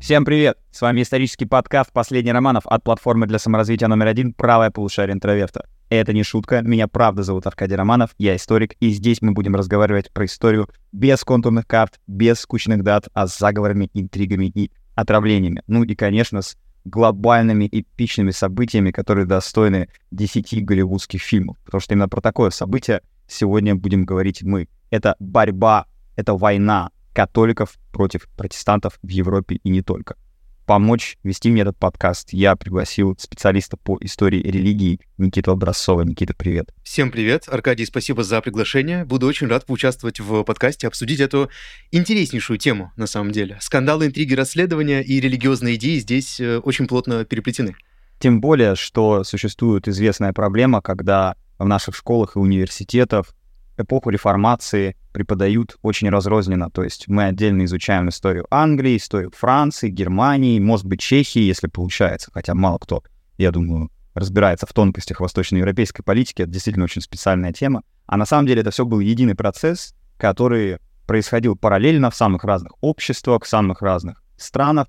Всем привет! С вами исторический подкаст «Последний Романов» от платформы для саморазвития номер 1 «Правое полушарие интроверта». Это не шутка, меня правда зовут Аркадий Романов, я историк, и здесь мы будем разговаривать про историю без контурных карт, без скучных дат, а с заговорами, интригами и отравлениями. Ну и, конечно, с глобальными эпичными событиями, которые достойны 10 голливудских фильмов. Потому что именно про такое событие сегодня будем говорить мы. Это борьба, это война католиков против протестантов в Европе и не только. Помочь вести мне этот подкаст я пригласил специалиста по истории религии Никиту Образцова. Никита, привет. Всем привет. Аркадий, спасибо за приглашение. Буду очень рад поучаствовать в подкасте, обсудить эту интереснейшую тему, на самом деле. Скандалы, интриги, расследования и религиозные идеи здесь очень плотно переплетены. Тем более, что существует известная проблема, когда в наших школах и университетах эпоху реформации преподают очень разрозненно. То есть мы отдельно изучаем историю Англии, историю Франции, Германии, может быть, Чехии, если получается. Хотя мало кто, я думаю, разбирается в тонкостях восточноевропейской политики. Это действительно очень специальная тема. А на самом деле это все был единый процесс, который происходил параллельно в самых разных обществах, в самых разных странах.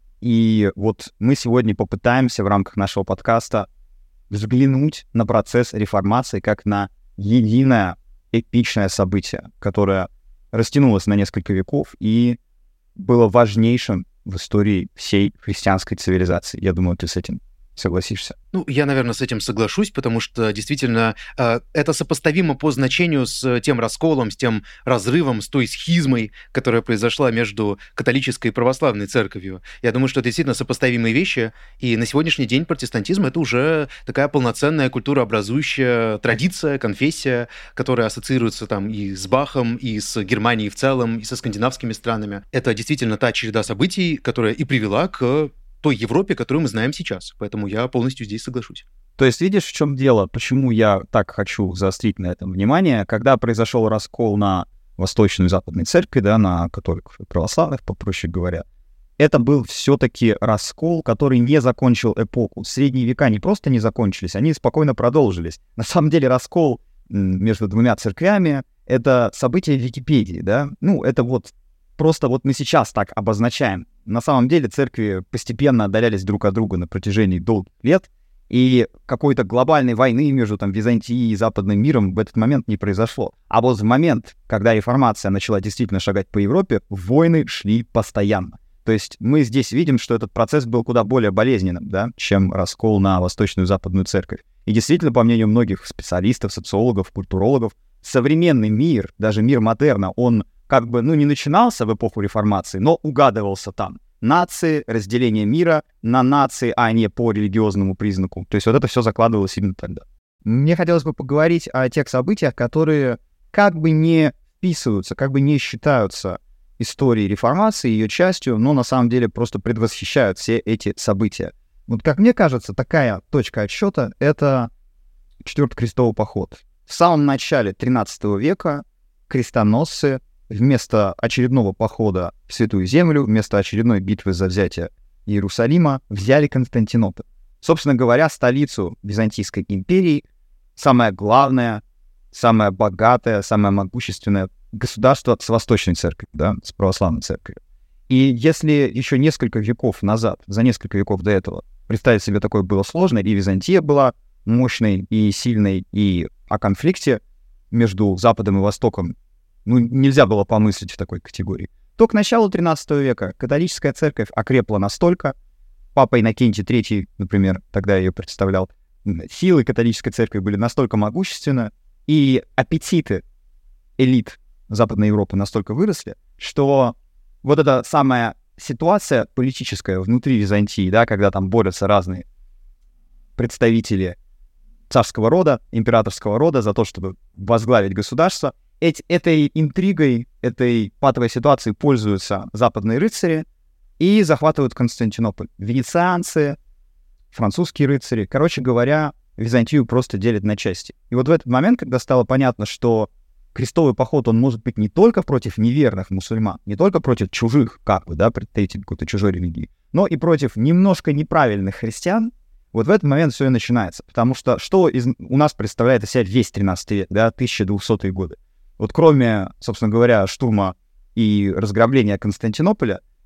И вот мы сегодня попытаемся в рамках нашего подкаста взглянуть на процесс реформации как на единое эпичное событие, которое растянулось на несколько веков и было важнейшим в истории всей христианской цивилизации. Я думаю, ты с этим согласишься. Ну, я, наверное, с этим соглашусь, потому что действительно это сопоставимо по значению с тем расколом, с тем разрывом, с той схизмой, которая произошла между католической и православной церковью. Я думаю, что это действительно сопоставимые вещи, и на сегодняшний день протестантизм — это уже такая полноценная культурообразующая традиция, конфессия, которая ассоциируется там и с Бахом, и с Германией в целом, и со скандинавскими странами. Это действительно та череда событий, которая и привела к той Европе, которую мы знаем сейчас. Поэтому я полностью здесь соглашусь. То есть видишь, в чем дело? Почему я так хочу заострить на этом внимание? Когда произошел раскол на Восточной и Западной церкви, да, на католиков и православных, попроще говоря, это был все-таки раскол, который не закончил эпоху. Средние века не просто не закончились, они спокойно продолжились. На самом деле раскол между двумя церквями — это событие в Википедии, да? Ну, это вот просто вот мы сейчас так обозначаем. На самом деле церкви постепенно отдалялись друг от друга на протяжении долгих лет, и какой-то глобальной войны между там Византией и Западным миром в этот момент не произошло. А вот в момент, когда реформация начала действительно шагать по Европе, войны шли постоянно. То есть мы здесь видим, что этот процесс был куда более болезненным, да, чем раскол на Восточную и Западную церковь. И действительно, по мнению многих специалистов, социологов, культурологов, современный мир, даже мир модерна, он как бы, не начинался в эпоху реформации, но угадывался там. Нации, разделение мира на нации, а не по религиозному признаку. То есть вот это все закладывалось именно тогда. Мне хотелось бы поговорить о тех событиях, которые как бы не вписываются, как бы не считаются историей реформации, ее частью, но на самом деле просто предвосхищают все эти события. Вот как мне кажется, такая точка отсчета — это Четвертый крестовый поход. В самом начале XIII века крестоносцы вместо очередного похода в Святую Землю, вместо очередной битвы за взятие Иерусалима, взяли Константинополь. Собственно говоря, столицу Византийской империи, самое главное, самое богатое, самое могущественное государство с Восточной церковью, да, с православной церковью. И если еще несколько веков назад, за несколько веков до этого, представить себе такое было сложно, и Византия была мощной и сильной, и о конфликте между Западом и Востоком нельзя было помыслить в такой категории, то к началу XIII века католическая церковь окрепла настолько, папа Иннокентий III, например, тогда ее представлял, силы католической церкви были настолько могущественны, и аппетиты элит Западной Европы настолько выросли, что вот эта самая ситуация политическая внутри Византии, да, когда там борются разные представители царского рода, императорского рода за то, чтобы возглавить государство, этой интригой, этой патовой ситуацией пользуются западные рыцари и захватывают Константинополь. Венецианцы, французские рыцари, короче говоря, Византию просто делят на части. И вот в этот момент, когда стало понятно, что крестовый поход, он может быть не только против неверных мусульман, не только против чужих, представителей какой-то чужой религии, но и против немножко неправильных христиан, вот в этот момент все и начинается. Потому что у нас представляет из себя весь 13 век, да, 1200-е годы? Вот кроме, собственно говоря, штурма и разграбления Константинополя,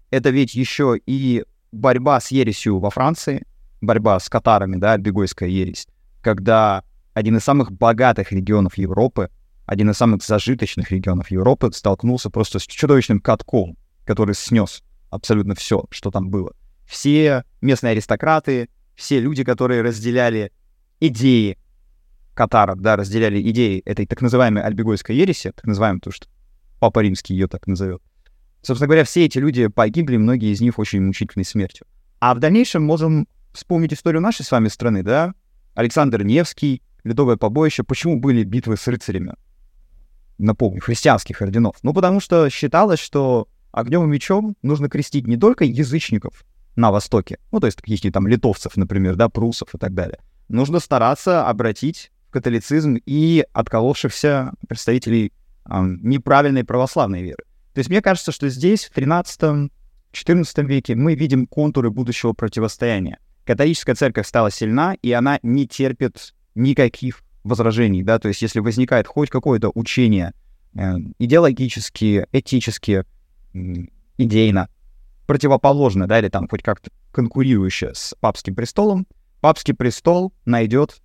это ведь еще и борьба с ересью во Франции, борьба с катарами, да, альбегойская ересь, когда один из самых богатых регионов Европы, один из самых зажиточных регионов Европы столкнулся просто с чудовищным катком, который снес абсолютно все, что там было. Все местные аристократы, все люди, которые разделяли идеи катаров, да, разделяли идеи этой так называемой альбегойской ереси, так называемой, потому что Папа Римский ее так назовет. Собственно говоря, все эти люди погибли, многие из них очень мучительной смертью. А в дальнейшем можем вспомнить историю нашей с вами страны, да? Александр Невский, Ледовое побоище. Почему были битвы с рыцарями? Напомню, христианских орденов. Ну, потому что считалось, что огнем и мечом нужно крестить не только язычников на Востоке, ну, то есть каких-нибудь там литовцев, например, да, прусов и так далее. Нужно стараться обратить в католицизм и отколовшихся представителей неправильной православной веры. То есть мне кажется, что здесь, в 13-14 веке, мы видим контуры будущего противостояния. Католическая церковь стала сильна, и она не терпит никаких возражений, да, то есть если возникает хоть какое-то учение идеологически, этически, идейно противоположно, да, или там хоть как-то конкурирующее с папским престолом, папский престол найдет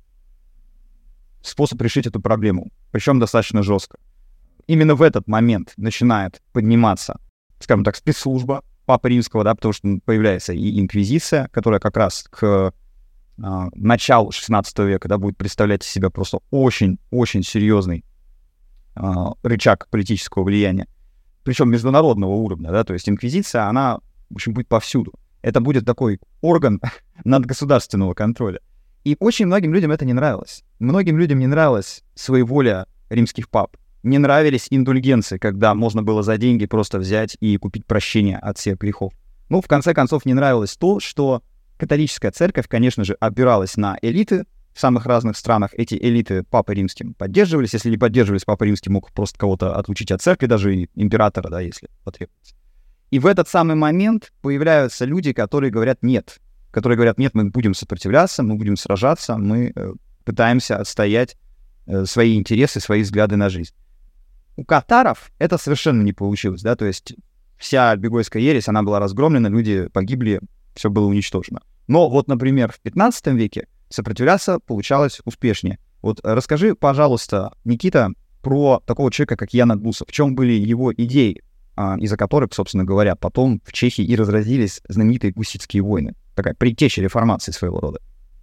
способ решить эту проблему, причем достаточно жестко. Именно в этот момент начинает подниматься, скажем так, спецслужба Папы Римского, да, потому что появляется и инквизиция, которая как раз к началу XVI века, да, будет представлять из себя просто очень-очень серьезный рычаг политического влияния, причем международного уровня, да, то есть инквизиция, она, в общем, будет повсюду. Это будет такой орган надгосударственного контроля. И очень многим людям это не нравилось. Многим людям не нравилась своеволие римских пап. Не нравились индульгенции, когда можно было за деньги просто взять и купить прощение от всех грехов. Ну, в конце концов, не нравилось то, что католическая церковь, конечно же, опиралась на элиты в самых разных странах. Эти элиты Папой Римским поддерживались. Если не поддерживались, Папа Римский мог просто кого-то отлучить от церкви, даже и императора, да, если потребуется. И в этот самый момент появляются люди, которые говорят «нет». Которые говорят «нет, мы будем сопротивляться, мы будем сражаться, мы пытаемся отстоять свои интересы, свои взгляды на жизнь». У катаров это совершенно не получилось, да, то есть вся альбегойская ересь, она была разгромлена, люди погибли, все было уничтожено. Но вот, например, в 15 веке сопротивляться получалось успешнее. Вот расскажи, пожалуйста, Никита, про такого человека, как Ян Ак-Бусов. В чем были его идеи, из-за которых, собственно говоря, потом в Чехии и разразились знаменитые гуситские войны. Такая предтеча реформации своего рода.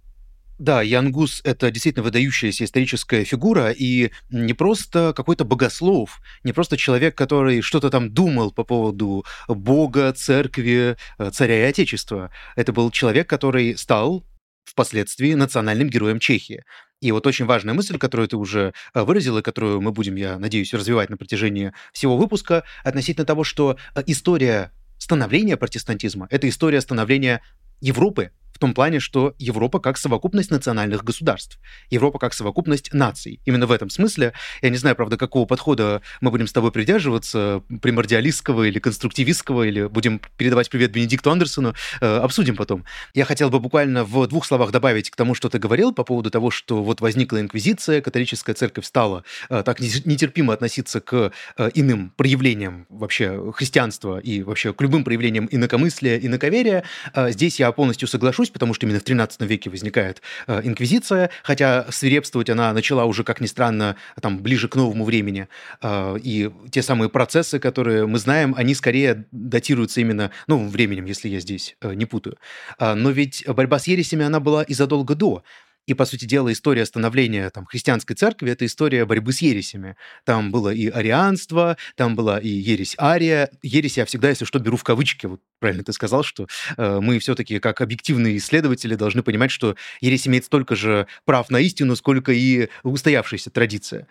Да, Ян Гус — это действительно выдающаяся историческая фигура, и не просто какой-то богослов, не просто человек, который что-то там думал по поводу Бога, церкви, царя и отечества. Это был человек, который стал впоследствии национальным героем Чехии. И вот очень важная мысль, которую ты уже выразил, и которую мы будем, я надеюсь, развивать на протяжении всего выпуска, относительно того, что история становления протестантизма — это история становления Европы, в том плане, что Европа как совокупность национальных государств, Европа как совокупность наций. Именно в этом смысле, я не знаю, правда, какого подхода мы будем с тобой придерживаться, примордиалистского или конструктивистского, или будем передавать привет Бенедикту Андерсону, обсудим потом. Я хотел бы буквально в 2 словах добавить к тому, что ты говорил по поводу того, что вот возникла инквизиция, католическая церковь стала так нетерпимо относиться к иным проявлениям вообще христианства и вообще к любым проявлениям инакомыслия, инаковерия. Здесь я полностью соглашусь, потому что именно в 13 веке возникает инквизиция, хотя свирепствовать она начала уже, как ни странно, там, ближе к новому времени. И те самые процессы, которые мы знаем, они скорее датируются именно новым временем, если я здесь не путаю. Но ведь борьба с ересями, она была и задолго до. И, по сути дела, история становления там, христианской церкви — это история борьбы с ересями. Там было и арианство, там была и ересь Ария. Ересь я всегда, если что, беру в кавычки. Вот правильно ты сказал, что мы все-таки, как объективные исследователи, должны понимать, что ересь имеет столько же прав на истину, сколько и устоявшаяся традиция.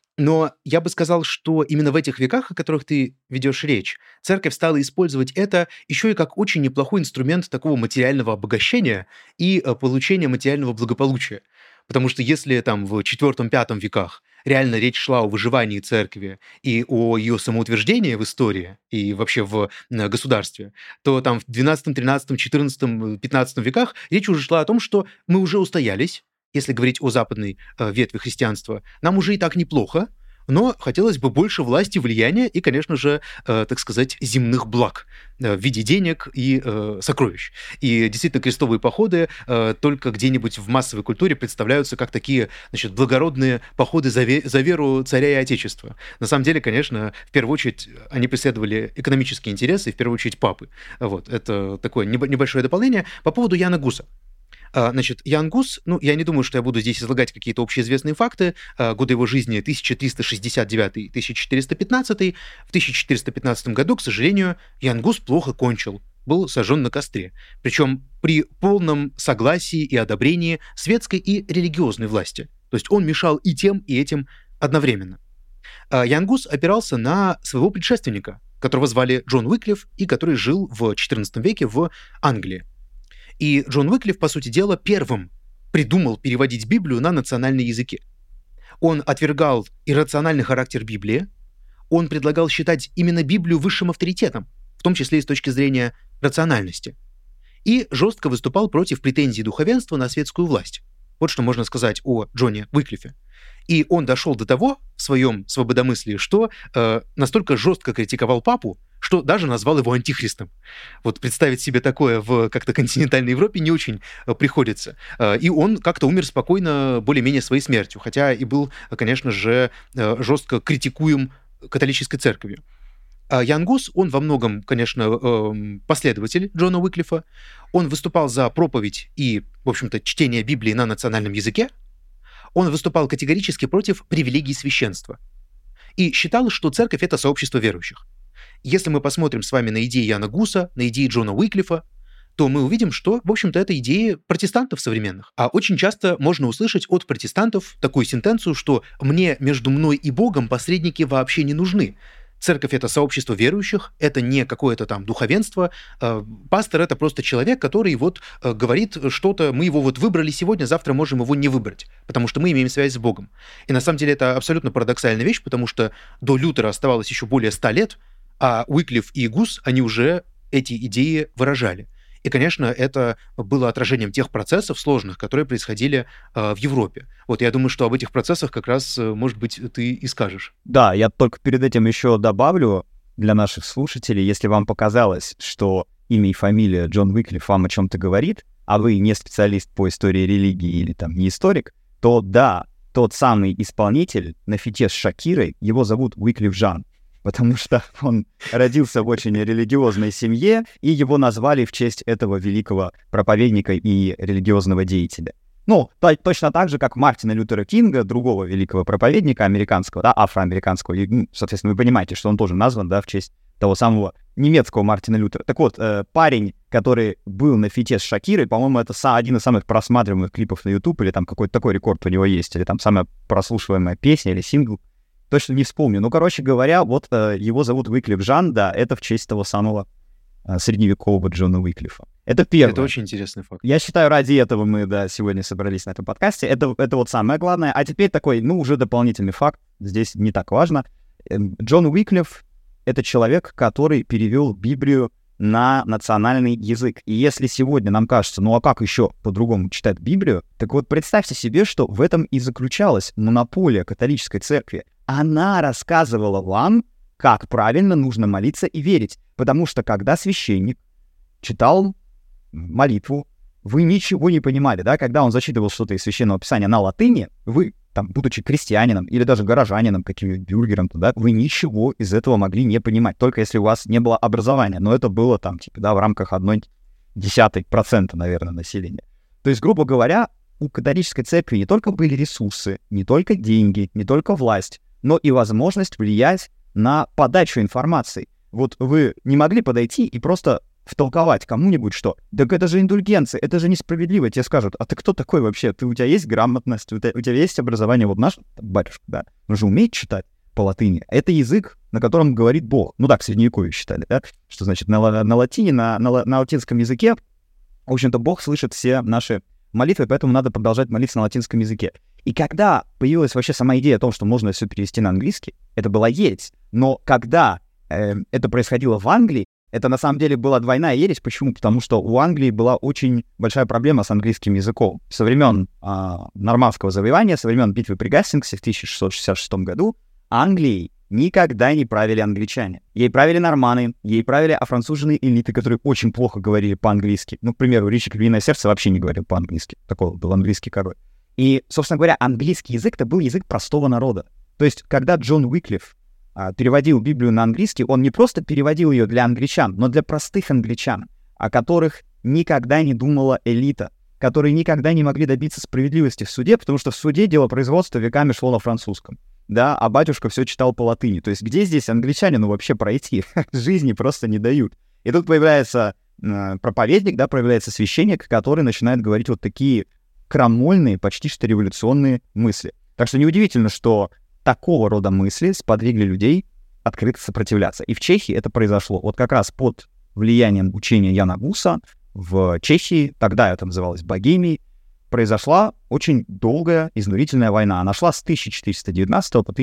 Но я бы сказал, что именно в этих веках, о которых ты ведешь речь, церковь стала использовать это еще и как очень неплохой инструмент такого материального обогащения и получения материального благополучия. Потому что если там в IV-V веках реально речь шла о выживании церкви и о ее самоутверждении в истории и вообще в государстве, то там в XII, XIII, XIV, XV веках речь уже шла о том, что мы уже устоялись, если говорить о западной ветви христианства, нам уже и так неплохо, но хотелось бы больше власти, влияния и, конечно же, так сказать, земных благ в виде денег и сокровищ. И действительно, крестовые походы только где-нибудь в массовой культуре представляются как такие, значит, благородные походы за веру царя и отечества. На самом деле, конечно, в первую очередь они преследовали экономические интересы, и в первую очередь папы. Вот, это такое небольшое дополнение. По поводу Яна Гуса. Значит, Ян Гус, я не думаю, что я буду здесь излагать какие-то общеизвестные факты. Годы его жизни 1369-1415. В 1415 году, к сожалению, Ян Гус плохо кончил, был сожжен на костре. Причем при полном согласии и одобрении светской и религиозной власти. То есть он мешал и тем, и этим одновременно. Ян Гус опирался на своего предшественника, которого звали Джон Уиклиф, и который жил в XIV веке в Англии. И Джон Уиклиф, по сути дела, первым придумал переводить Библию на национальные языки. Он отвергал иррациональный характер Библии, он предлагал считать именно Библию высшим авторитетом, в том числе и с точки зрения рациональности, и жестко выступал против претензий духовенства на светскую власть. Вот что можно сказать о Джоне Уиклифе. И он дошел до того в своем свободомыслии, что настолько жестко критиковал папу, что даже назвал его антихристом. Вот представить себе такое в как-то континентальной Европе не очень приходится. И он как-то умер спокойно, более-менее своей смертью, хотя и был, конечно же, жестко критикуем католической церковью. Ян Гус, он во многом, конечно, последователь Джона Уиклифа. Он выступал за проповедь и, в общем-то, чтение Библии на национальном языке. Он выступал категорически против привилегий священства. И считал, что церковь — это сообщество верующих. Если мы посмотрим с вами на идеи Яна Гуса, на идеи Джона Уиклифа, то мы увидим, что, в общем-то, это идеи протестантов современных. А очень часто можно услышать от протестантов такую сентенцию, что «мне между мной и Богом посредники вообще не нужны». Церковь — это сообщество верующих, это не какое-то там духовенство. Пастор — это просто человек, который вот говорит что-то, мы его вот выбрали сегодня, завтра можем его не выбрать, потому что мы имеем связь с Богом. И на самом деле это абсолютно парадоксальная вещь, потому что до Лютера оставалось еще более 100 лет, а Уиклиф и Гус, они уже эти идеи выражали. И, конечно, это было отражением тех процессов сложных, которые происходили в Европе. Вот я думаю, что об этих процессах как раз, может быть, ты и скажешь. Да, я только перед этим еще добавлю для наших слушателей, если вам показалось, что имя и фамилия Джон Уиклиф вам о чем-то говорит, а вы не специалист по истории религии или там не историк, то да, тот самый исполнитель на фите с Шакирой, его зовут Уиклиф Жан. Потому что он родился в очень религиозной семье, и его назвали в честь этого великого проповедника и религиозного деятеля. Точно так же, как Мартина Лютера Кинга, другого великого проповедника американского, да, афроамериканского, и, соответственно, вы понимаете, что он тоже назван, да, в честь того самого немецкого Мартина Лютера. Так вот, парень, который был на фите с Шакирой, по-моему, это один из самых просматриваемых клипов на YouTube, или там какой-то такой рекорд у него есть, или там самая прослушиваемая песня или сингл. Точно не вспомню. Короче говоря, вот его зовут Уиклиф Жан, да, это в честь того самого средневекового Джона Уиклифа. Это первое. Это очень интересный факт. Я считаю, ради этого мы, да, сегодня собрались на этом подкасте. Это вот самое главное. А теперь такой, уже дополнительный факт, здесь не так важно. Джон Уиклиф — это человек, который перевел Библию на национальный язык. И если сегодня нам кажется, а как еще по-другому читать Библию, так вот представьте себе, что в этом и заключалась монополия католической церкви. Она рассказывала вам, как правильно нужно молиться и верить. Потому что когда священник читал молитву, вы ничего не понимали, да? Когда он зачитывал что-то из Священного Писания на латыни, вы, там, будучи крестьянином или даже горожанином, каким-нибудь бюргером, да, вы ничего из этого могли не понимать, только если у вас не было образования. Но это было там, в рамках 0,1%, наверное, населения. То есть, грубо говоря, у католической церкви не только были ресурсы, не только деньги, не только власть, но и возможность влиять на подачу информации. Вот вы не могли подойти и просто втолковать кому-нибудь, что «так это же индульгенция, это же несправедливо». Тебе скажут: а ты кто такой вообще? У тебя есть грамотность, у тебя есть образование. Вот наш батюшка, да, он же умеет читать по латыни. Это язык, на котором говорит Бог. Так, в Средневековье считали, да? Что значит на латине, на латинском языке, в общем-то, Бог слышит все наши молитвы, поэтому надо продолжать молиться на латинском языке. И когда появилась вообще сама идея о том, что можно все перевести на английский, это была ересь. Но когда это происходило в Англии, это на самом деле была двойная ересь. Почему? Потому что у Англии была очень большая проблема с английским языком. Со времен нормандского завоевания, со времен битвы при Гастингсе в 1666 году Англией никогда не правили англичане. Ей правили норманы, ей правили офранцуженные элиты, которые очень плохо говорили по-английски. Ну, к примеру, Ричард Львиное Сердце вообще не говорил по-английски. Такой был английский король. И, собственно говоря, английский язык — это был язык простого народа. То есть, когда Джон Уиклиф переводил Библию на английский, он не просто переводил ее для англичан, но для простых англичан, о которых никогда не думала элита, которые никогда не могли добиться справедливости в суде, потому что в суде дело производства веками шло на французском. Да, а батюшка все читал по латыни. То есть где здесь англичанину вообще пройти? Жизни просто не дают. И тут появляется проповедник, да, появляется священник, который начинает говорить вот такие крамольные, почти что революционные мысли. Так что неудивительно, что такого рода мысли сподвигли людей открыто сопротивляться. И в Чехии это произошло вот как раз под влиянием учения Яна Гуса. В Чехии, тогда это называлось Богемией, произошла очень долгая, изнурительная война. Она шла с 1419 по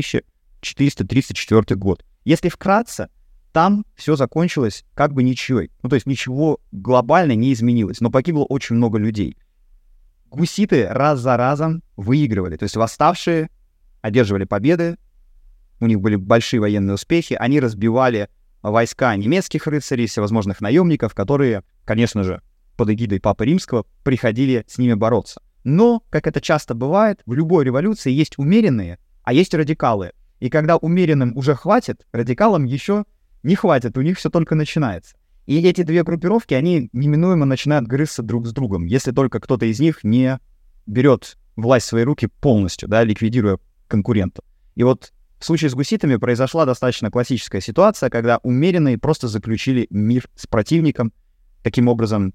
1434 год. Если вкратце, там все закончилось как бы ничьей. Ну, то есть ничего глобально не изменилось, но погибло очень много людей. Гуситы раз за разом выигрывали. То есть восставшие одерживали победы, у них были большие военные успехи, они разбивали войска немецких рыцарей, всевозможных наемников, которые, конечно же, под эгидой Папы Римского приходили с ними бороться. Но, как это часто бывает, в любой революции есть умеренные, а есть радикалы. И когда умеренным уже хватит, радикалам еще не хватит, у них все только начинается. И эти две группировки, они неминуемо начинают грызться друг с другом, если только кто-то из них не берет власть в свои руки полностью, да, ликвидируя конкурента. И вот в случае с гуситами произошла достаточно классическая ситуация, когда умеренные просто заключили мир с противником, таким образом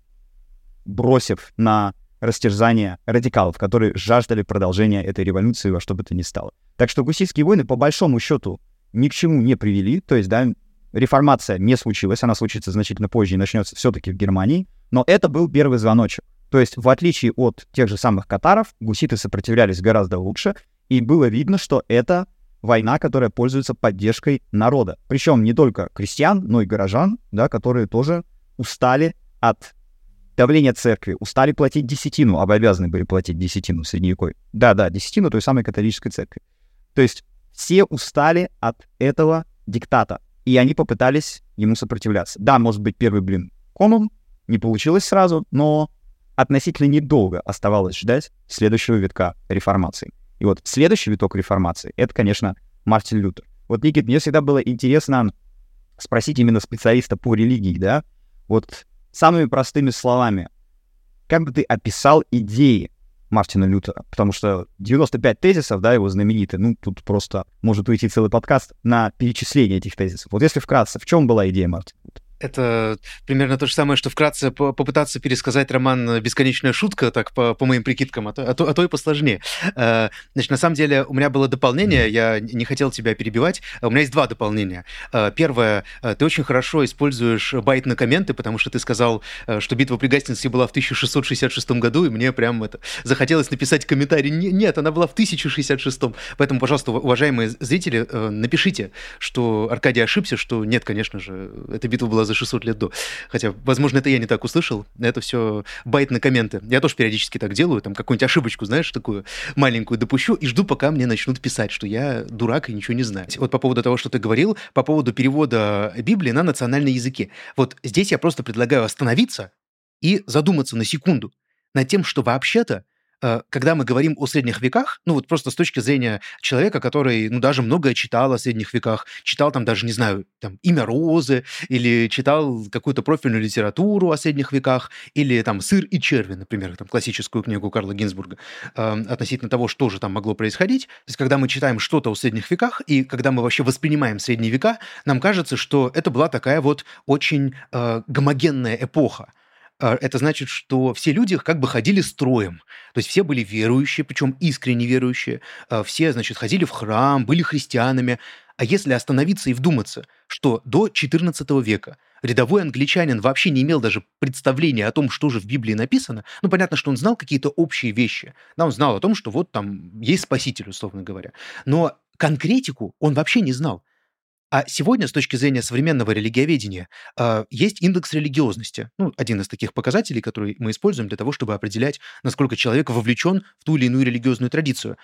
бросив на растерзание радикалов, которые жаждали продолжения этой революции во что бы то ни стало. Так что гуситские войны, по большому счету, ни к чему не привели, то есть, да, реформация не случилась, она случится значительно позже и начнется все-таки в Германии, но это был первый звоночек. То есть, в отличие от тех же самых катаров, гуситы сопротивлялись гораздо лучше, и было видно, что это война, которая пользуется поддержкой народа. Причем не только крестьян, но и горожан, да, которые тоже устали от давления церкви, устали платить десятину, обязаны были платить десятину в Средневековье. Да, десятину той самой католической церкви. То есть все устали от этого диктата, и они попытались ему сопротивляться. Да, может быть, первый блин комом, не получилось сразу, но относительно недолго оставалось ждать следующего витка реформации. И вот следующий виток реформации — это, конечно, Мартин Лютер. Вот, Никит, мне всегда было интересно спросить именно специалиста по религии, да, вот самыми простыми словами, как бы ты описал идеи Мартина Лютера? Потому что 95 тезисов, да, его знаменитые, ну, тут просто может уйти целый подкаст на перечисление этих тезисов. Вот если вкратце, в чем была идея Мартина Лютера? Это примерно то же самое, что вкратце попытаться пересказать роман «Бесконечная шутка», так по моим прикидкам, а то и посложнее. Значит, на самом деле у меня было дополнение, я не хотел тебя перебивать. У меня есть два дополнения. Первое, ты очень хорошо используешь байт на комменты, потому что ты сказал, что битва при Гастингсе была в 1666 году, и мне прям захотелось написать комментарий. Нет, она была в 1066. Поэтому, пожалуйста, уважаемые зрители, напишите, что Аркадий ошибся, что нет, конечно же, эта битва была за 600 лет до. Хотя, возможно, это я не так услышал. Это все байт на комменты. Я тоже периодически так делаю, там какую-нибудь ошибочку, знаешь, такую маленькую допущу и жду, пока мне начнут писать, что я дурак и ничего не знаю. Вот по поводу того, что ты говорил, по поводу перевода Библии на национальные языки. Вот здесь я просто предлагаю остановиться и задуматься на секунду над тем, что вообще-то когда мы говорим о средних веках, ну вот просто с точки зрения человека, который, ну, даже многое читал о средних веках, читал там даже, не знаю, там «Имя Розы», или читал какую-то профильную литературу о средних веках, или там «Сыр и черви», например, там классическую книгу Карла Гинзбурга, относительно того, что же там могло происходить. То есть когда мы читаем что-то о средних веках, и когда мы вообще воспринимаем средние века, нам кажется, что это была такая вот очень гомогенная эпоха. Это значит, что все люди как бы ходили строем. То есть все были верующие, причем искренне верующие. Все, значит, ходили в храм, были христианами. А если остановиться и вдуматься, что до XIV века рядовой англичанин вообще не имел даже представления о том, что же в Библии написано, ну, понятно, что он знал какие-то общие вещи. Да, он знал о том, что вот там есть Спаситель, условно говоря. Но конкретику он вообще не знал. А сегодня, с точки зрения современного религиоведения, есть индекс религиозности. Ну, один из таких показателей, который мы используем для того, чтобы определять, насколько человек вовлечен в ту или иную религиозную традицию.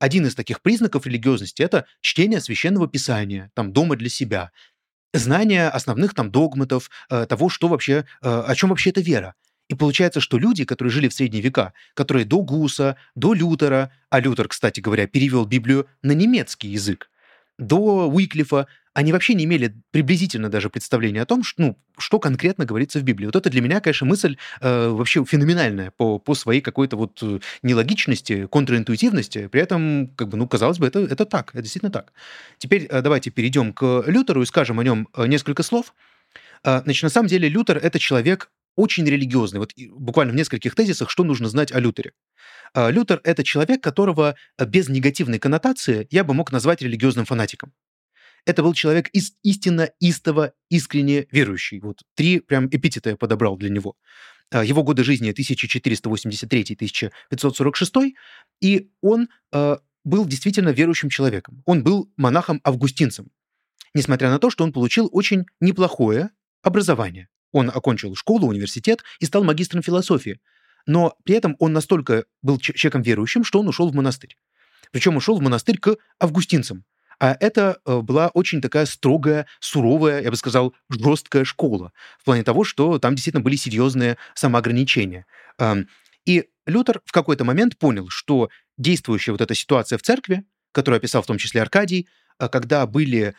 один из таких признаков религиозности — это чтение Священного Писания, там, дома для себя, знание основных там догматов, того, что вообще, о чем вообще эта вера. И получается, что люди, которые жили в средние века, которые до Гуса, до Лютера, а Лютер, кстати говоря, перевел Библию на немецкий язык, до Уиклифа, они вообще не имели приблизительно даже представления о том, что конкретно говорится в Библии. Вот это для меня, конечно, мысль вообще феноменальная по своей какой-то вот нелогичности, контринтуитивности. При этом, казалось бы, это так, это действительно так. Теперь давайте перейдем к Лютеру и скажем о нем несколько слов. Значит, на самом деле Лютер — это человек очень религиозный. Вот буквально в нескольких тезисах, что нужно знать о Лютере. Лютер — это человек, которого без негативной коннотации я бы мог назвать религиозным фанатиком. Это был человек истинно, истово, искренне верующий. Вот 3 прям эпитета я подобрал для него. Его годы жизни 1483-1546, и он был действительно верующим человеком. Он был монахом-августинцем, несмотря на то, что он получил очень неплохое образование. Он окончил школу, университет и стал магистром философии. Но при этом он настолько был человеком верующим, что он ушел в монастырь. Причем ушел в монастырь к августинцам. А это была очень такая строгая, суровая, я бы сказал, жесткая школа. В плане того, что там действительно были серьезные самоограничения. И Лютер в какой-то момент понял, что действующая вот эта ситуация в церкви, которую описал в том числе Аркадий, когда были,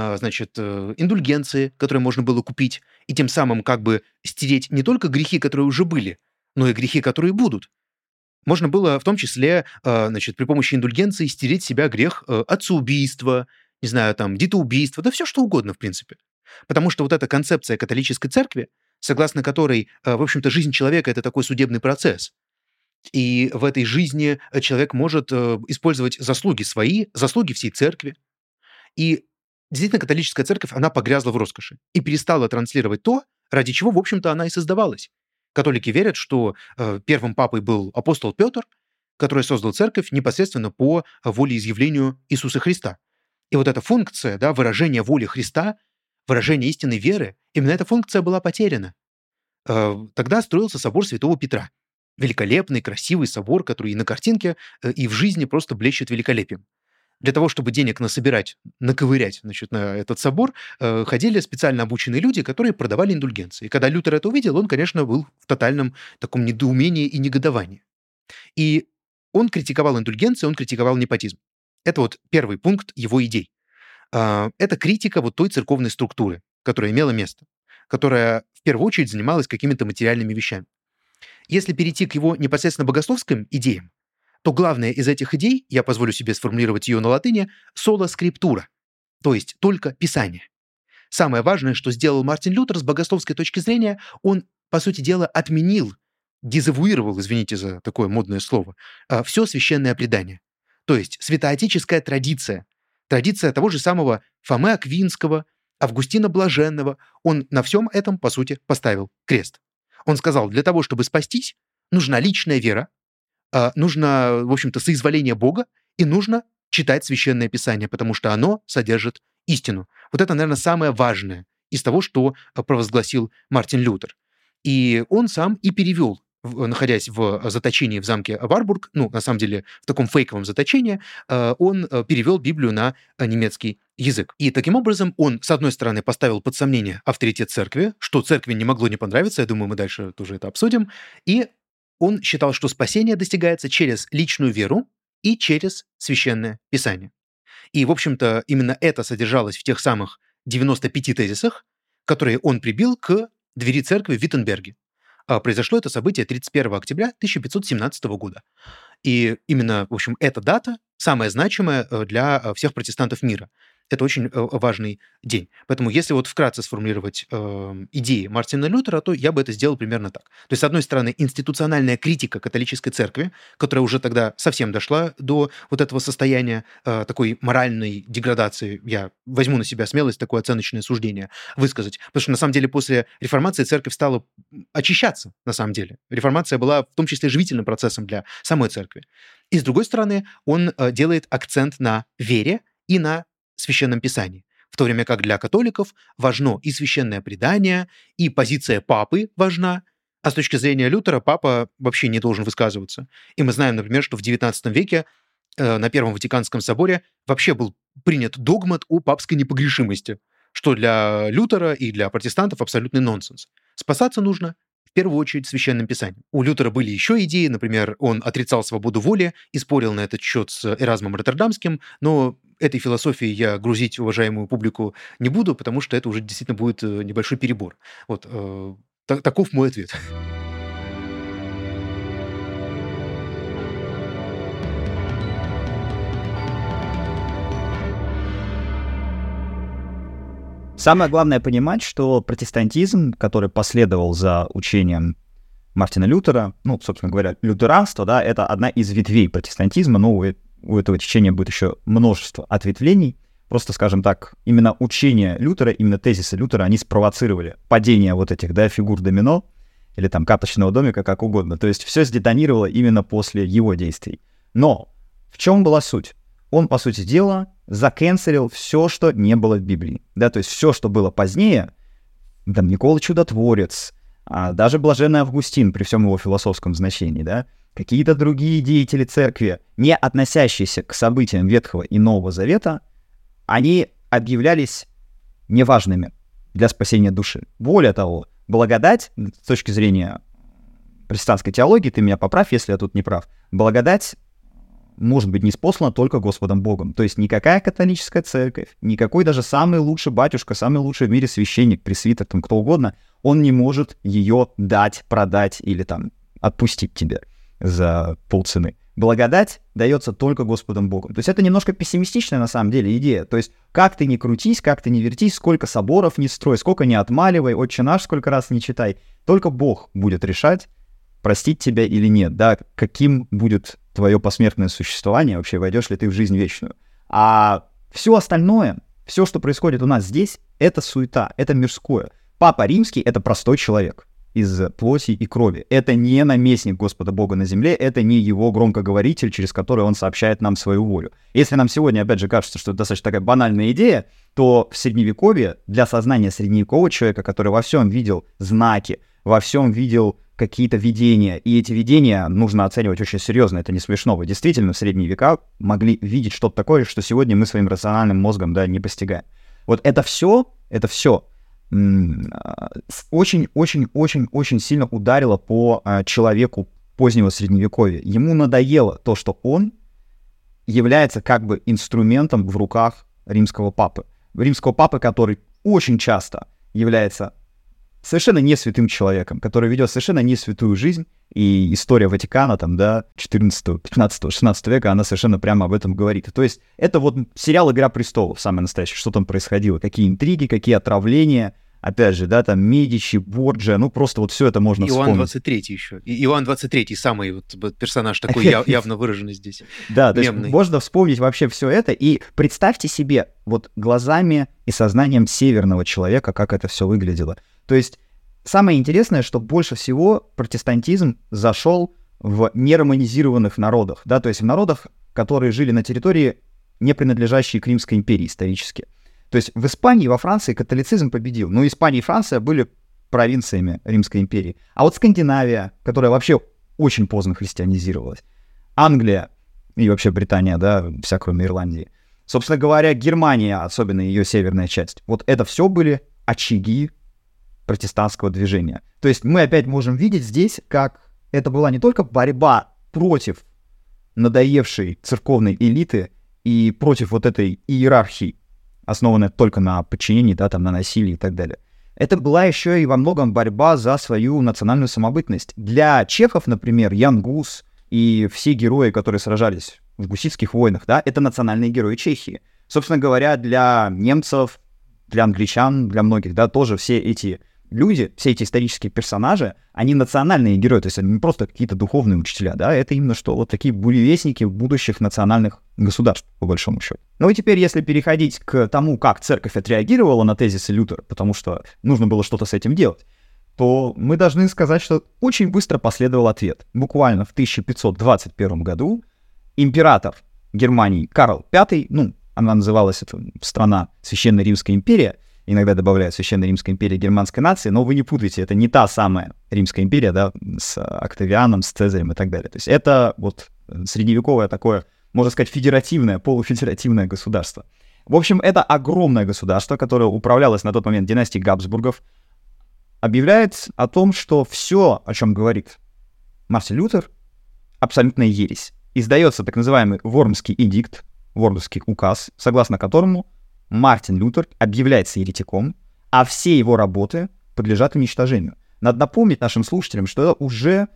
индульгенции, которые можно было купить, и тем самым как бы стереть не только грехи, которые уже были, но и грехи, которые будут. Можно было в том числе, при помощи индульгенции стереть с себя грех отцеубийства, не знаю, там, детоубийства, да все что угодно, в принципе. Потому что вот эта концепция католической церкви, согласно которой, в общем-то, жизнь человека — это такой судебный процесс, и в этой жизни человек может использовать заслуги свои, заслуги всей церкви. И действительно католическая церковь, она погрязла в роскоши и перестала транслировать то, ради чего, в общем-то, она и создавалась. Католики верят, что первым папой был апостол Петр, который создал церковь непосредственно по волеизъявлению Иисуса Христа. И вот эта функция, да, выражения воли Христа, выражения истинной веры, именно эта функция была потеряна. Тогда строился собор Святого Петра. Великолепный, красивый собор, который и на картинке, и в жизни просто блещет великолепием. Для того, чтобы денег насобирать, наковырять, на этот собор, ходили специально обученные люди, которые продавали индульгенции. И когда Лютер это увидел, он, конечно, был в тотальном таком недоумении и негодовании. И он критиковал индульгенции, он критиковал непотизм. Это вот первый пункт его идей. Это критика вот той церковной структуры, которая имела место, которая в первую очередь занималась какими-то материальными вещами. Если перейти к его непосредственно богословским идеям, то главная из этих идей, я позволю себе сформулировать ее на латыни, sola scriptura, то есть только Писание. Самое важное, что сделал Мартин Лютер с богословской точки зрения, он, по сути дела, отменил, дезавуировал, извините за такое модное слово, все священное предание. То есть святоотеческая традиция, традиция того же самого Фомы Аквинского, Августина Блаженного, он на всем этом, по сути, поставил крест. Он сказал, для того, чтобы спастись, нужна личная вера, нужно, в общем-то, соизволение Бога, и нужно читать Священное Писание, потому что оно содержит истину. Вот это, наверное, самое важное из того, что провозгласил Мартин Лютер. И он сам и перевел, находясь в заточении в замке Варбург, на самом деле в таком фейковом заточении, он перевел Библию на немецкий язык. И таким образом он, с одной стороны, поставил под сомнение авторитет церкви, что церкви не могло не понравиться, я думаю, мы дальше тоже это обсудим, и он считал, что спасение достигается через личную веру и через Священное Писание. И, в общем-то, именно это содержалось в тех самых 95 тезисах, которые он прибил к двери церкви в Виттенберге. Произошло это событие 31 октября 1517 года. И именно, в общем, эта дата самая значимая для всех протестантов мира. Это очень важный день. Поэтому если вот вкратце сформулировать идеи Мартина Лютера, то я бы это сделал примерно так. То есть, с одной стороны, институциональная критика католической церкви, которая уже тогда совсем дошла до вот этого состояния такой моральной деградации. Я возьму на себя смелость такое оценочное суждение высказать. Потому что, на самом деле, после реформации церковь стала очищаться, на самом деле. Реформация была в том числе живительным процессом для самой церкви. И, с другой стороны, он делает акцент на вере и на Священном Писании. В то время как для католиков важно и священное предание, и позиция папы важна, а с точки зрения Лютера папа вообще не должен высказываться. И мы знаем, например, что в XIX веке на Первом Ватиканском соборе вообще был принят догмат о папской непогрешимости, что для Лютера и для протестантов абсолютный нонсенс. Спасаться нужно в первую очередь Священным Писанием. У Лютера были еще идеи, например, он отрицал свободу воли и спорил на этот счет с Эразмом Роттердамским, но этой философией я грузить уважаемую публику не буду, потому что это уже действительно будет небольшой перебор. Вот, таков мой ответ. Самое главное понимать, что протестантизм, который последовал за учением Мартина Лютера, ну, собственно говоря, лютеранство, да, это одна из ветвей протестантизма, но у этого течения будет еще множество ответвлений. Просто, скажем так, именно учение Лютера, именно тезисы Лютера, они спровоцировали падение вот этих, да, фигур домино или там карточного домика, как угодно. То есть все сдетонировало именно после его действий. Но в чем была суть? Он, по сути дела, закэнселил все, что не было в Библии. Да, то есть все, что было позднее, там, Никола Чудотворец, даже Блаженный Августин, при всем его философском значении, да, какие-то другие деятели церкви, не относящиеся к событиям Ветхого и Нового Завета, они объявлялись неважными для спасения души. Более того, благодать, с точки зрения протестантской теологии, ты меня поправь, если я тут не прав, благодать может быть ниспослана только Господом Богом. То есть никакая католическая церковь, никакой даже самый лучший батюшка, самый лучший в мире священник, пресвитер, там кто угодно, он не может ее дать, продать или там отпустить тебе за полцены. Благодать дается только Господом Богом. То есть это немножко пессимистичная на самом деле идея. То есть как ты ни крутись, как ты ни вертись, сколько соборов не строй, сколько не отмаливай, Отче наш сколько раз не читай, только Бог будет решать, простить тебя или нет, да, каким будет твое посмертное существование, вообще войдешь ли ты в жизнь вечную. А все остальное, все, что происходит у нас здесь, это суета, это мирское. Папа Римский — это простой человек из плоти и крови. Это не наместник Господа Бога на земле, это не его громкоговоритель, через который он сообщает нам свою волю. Если нам сегодня, опять же, кажется, что это достаточно такая банальная идея, то в Средневековье для сознания средневекового человека, который во всем видел знаки, во всем видел какие-то видения, и эти видения нужно оценивать очень серьезно, это не смешно. Вы действительно в средние века могли видеть что-то такое, что сегодня мы своим рациональным мозгом, да, не постигаем. Вот это все очень-очень-очень-очень сильно ударило по человеку позднего Средневековья. Ему надоело то, что он является как бы инструментом в руках римского папы. Римского папы, который очень часто является совершенно не святым человеком, который ведет совершенно не святую жизнь, и история Ватикана, там, да, 14, 15, 16 века, она совершенно прямо об этом говорит. То есть это вот сериал «Игра престолов», самый настоящий, что там происходило, какие интриги, какие отравления, опять же, да, там, Медичи, Борджиа, ну, просто вот все это можно вспомнить. Иоанн 23 еще. Иоанн 23 самый вот персонаж такой явно выраженный здесь. Да, то есть можно вспомнить вообще все это, и представьте себе вот глазами и сознанием северного человека, как это все выглядело. То есть самое интересное, что больше всего протестантизм зашел в нероманизированных народах, да, то есть в народах, которые жили на территории, не принадлежащей к Римской империи исторически. То есть в Испании, во Франции католицизм победил, но Испания и Франция были провинциями Римской империи. А вот Скандинавия, которая вообще очень поздно христианизировалась, Англия и вообще Британия, да, вся кроме Ирландии, собственно говоря, Германия, особенно ее северная часть, вот это все были очаги протестантского движения. То есть мы опять можем видеть здесь, как это была не только борьба против надоевшей церковной элиты и против вот этой иерархии, основанной только на подчинении, да, там, на насилии и так далее. Это была еще и во многом борьба за свою национальную самобытность. Для чехов, например, Ян Гус и все герои, которые сражались в гуситских войнах, да, это национальные герои Чехии. Собственно говоря, для немцев, для англичан, для многих, да, тоже все эти люди, все эти исторические персонажи, они национальные герои, то есть они не просто какие-то духовные учителя, да, это именно что вот такие буревестники будущих национальных государств, по большому счету. Ну и теперь, если переходить к тому, как церковь отреагировала на тезисы Лютера, потому что нужно было что-то с этим делать, то мы должны сказать, что очень быстро последовал ответ. Буквально в 1521 году император Германии Карл V, ну, она называлась, это страна Священной Римской империи, иногда добавляют Священная Римская империя германской нации, но вы не путайте, это не та самая Римская империя, да, с Октавианом, с Цезарем и так далее. То есть это вот средневековое такое можно сказать, федеративное, полуфедеративное государство. В общем, это огромное государство, которое управлялось на тот момент династией Габсбургов, объявляет о том, что все, о чем говорит Мартин Лютер, абсолютная ересь. Издается так называемый Вормский эдикт, Вормский указ, согласно которому Мартин Лютер объявляется еретиком, а все его работы подлежат уничтожению. Надо напомнить нашим слушателям, что это уже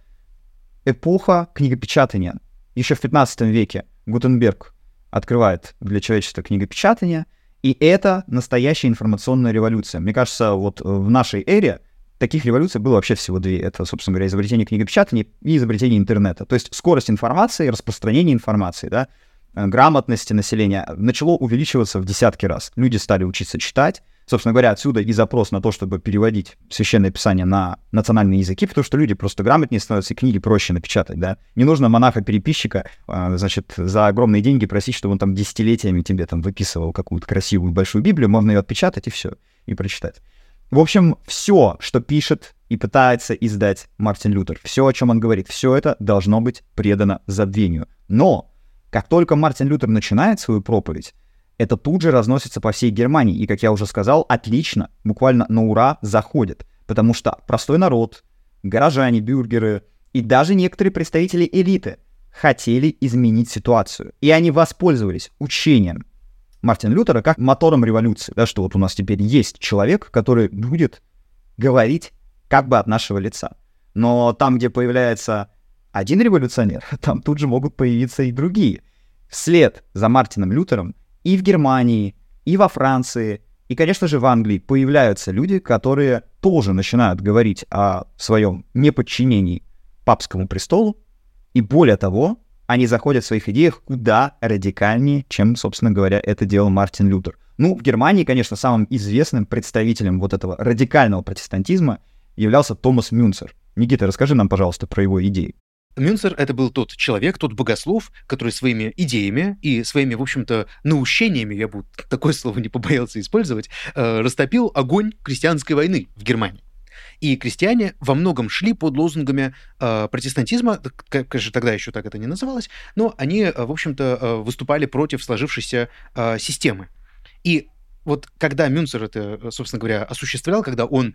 эпоха книгопечатания. Еще в 15 веке Гутенберг открывает для человечества книгопечатание, и это настоящая информационная революция. Мне кажется, вот в нашей эре таких революций было вообще всего две. Это, собственно говоря, изобретение книгопечатания и изобретение интернета. То есть скорость информации, распространение информации, да, грамотности населения начало увеличиваться в десятки раз. Люди стали учиться читать. Собственно говоря, отсюда и запрос на то, чтобы переводить Священное Писание на национальные языки, потому что люди просто грамотнее становятся, и книги проще напечатать, да. Не нужно монаха-переписчика, значит, за огромные деньги просить, чтобы он там десятилетиями тебе там выписывал какую-то красивую большую Библию, можно ее отпечатать и все, и прочитать. В общем, все, что пишет и пытается издать Мартин Лютер, все, о чем он говорит, все это должно быть предано забвению. Но как только Мартин Лютер начинает свою проповедь, это тут же разносится по всей Германии. И, как я уже сказал, отлично, буквально на ура заходит. Потому что простой народ, горожане, бюргеры и даже некоторые представители элиты хотели изменить ситуацию. И они воспользовались учением Мартина Лютера как мотором революции. Да, что вот у нас теперь есть человек, который будет говорить как бы от нашего лица. Но там, где появляется один революционер, там тут же могут появиться и другие. Вслед за Мартином Лютером и в Германии, и во Франции, и, конечно же, в Англии появляются люди, которые тоже начинают говорить о своем неподчинении папскому престолу, и более того, они заходят в своих идеях куда радикальнее, чем, собственно говоря, это делал Мартин Лютер. Ну, в Германии, конечно, самым известным представителем вот этого радикального протестантизма являлся Томас Мюнцер. Никита, расскажи нам, пожалуйста, про его идеи. Мюнцер — это был тот человек, тот богослов, который своими идеями и своими, в общем-то, наущениями, я бы такое слово не побоялся использовать, растопил огонь крестьянской войны в Германии. И крестьяне во многом шли под лозунгами протестантизма, конечно, тогда еще так это не называлось, но они, в общем-то, выступали против сложившейся системы. И вот когда Мюнцер это, собственно говоря, осуществлял, когда он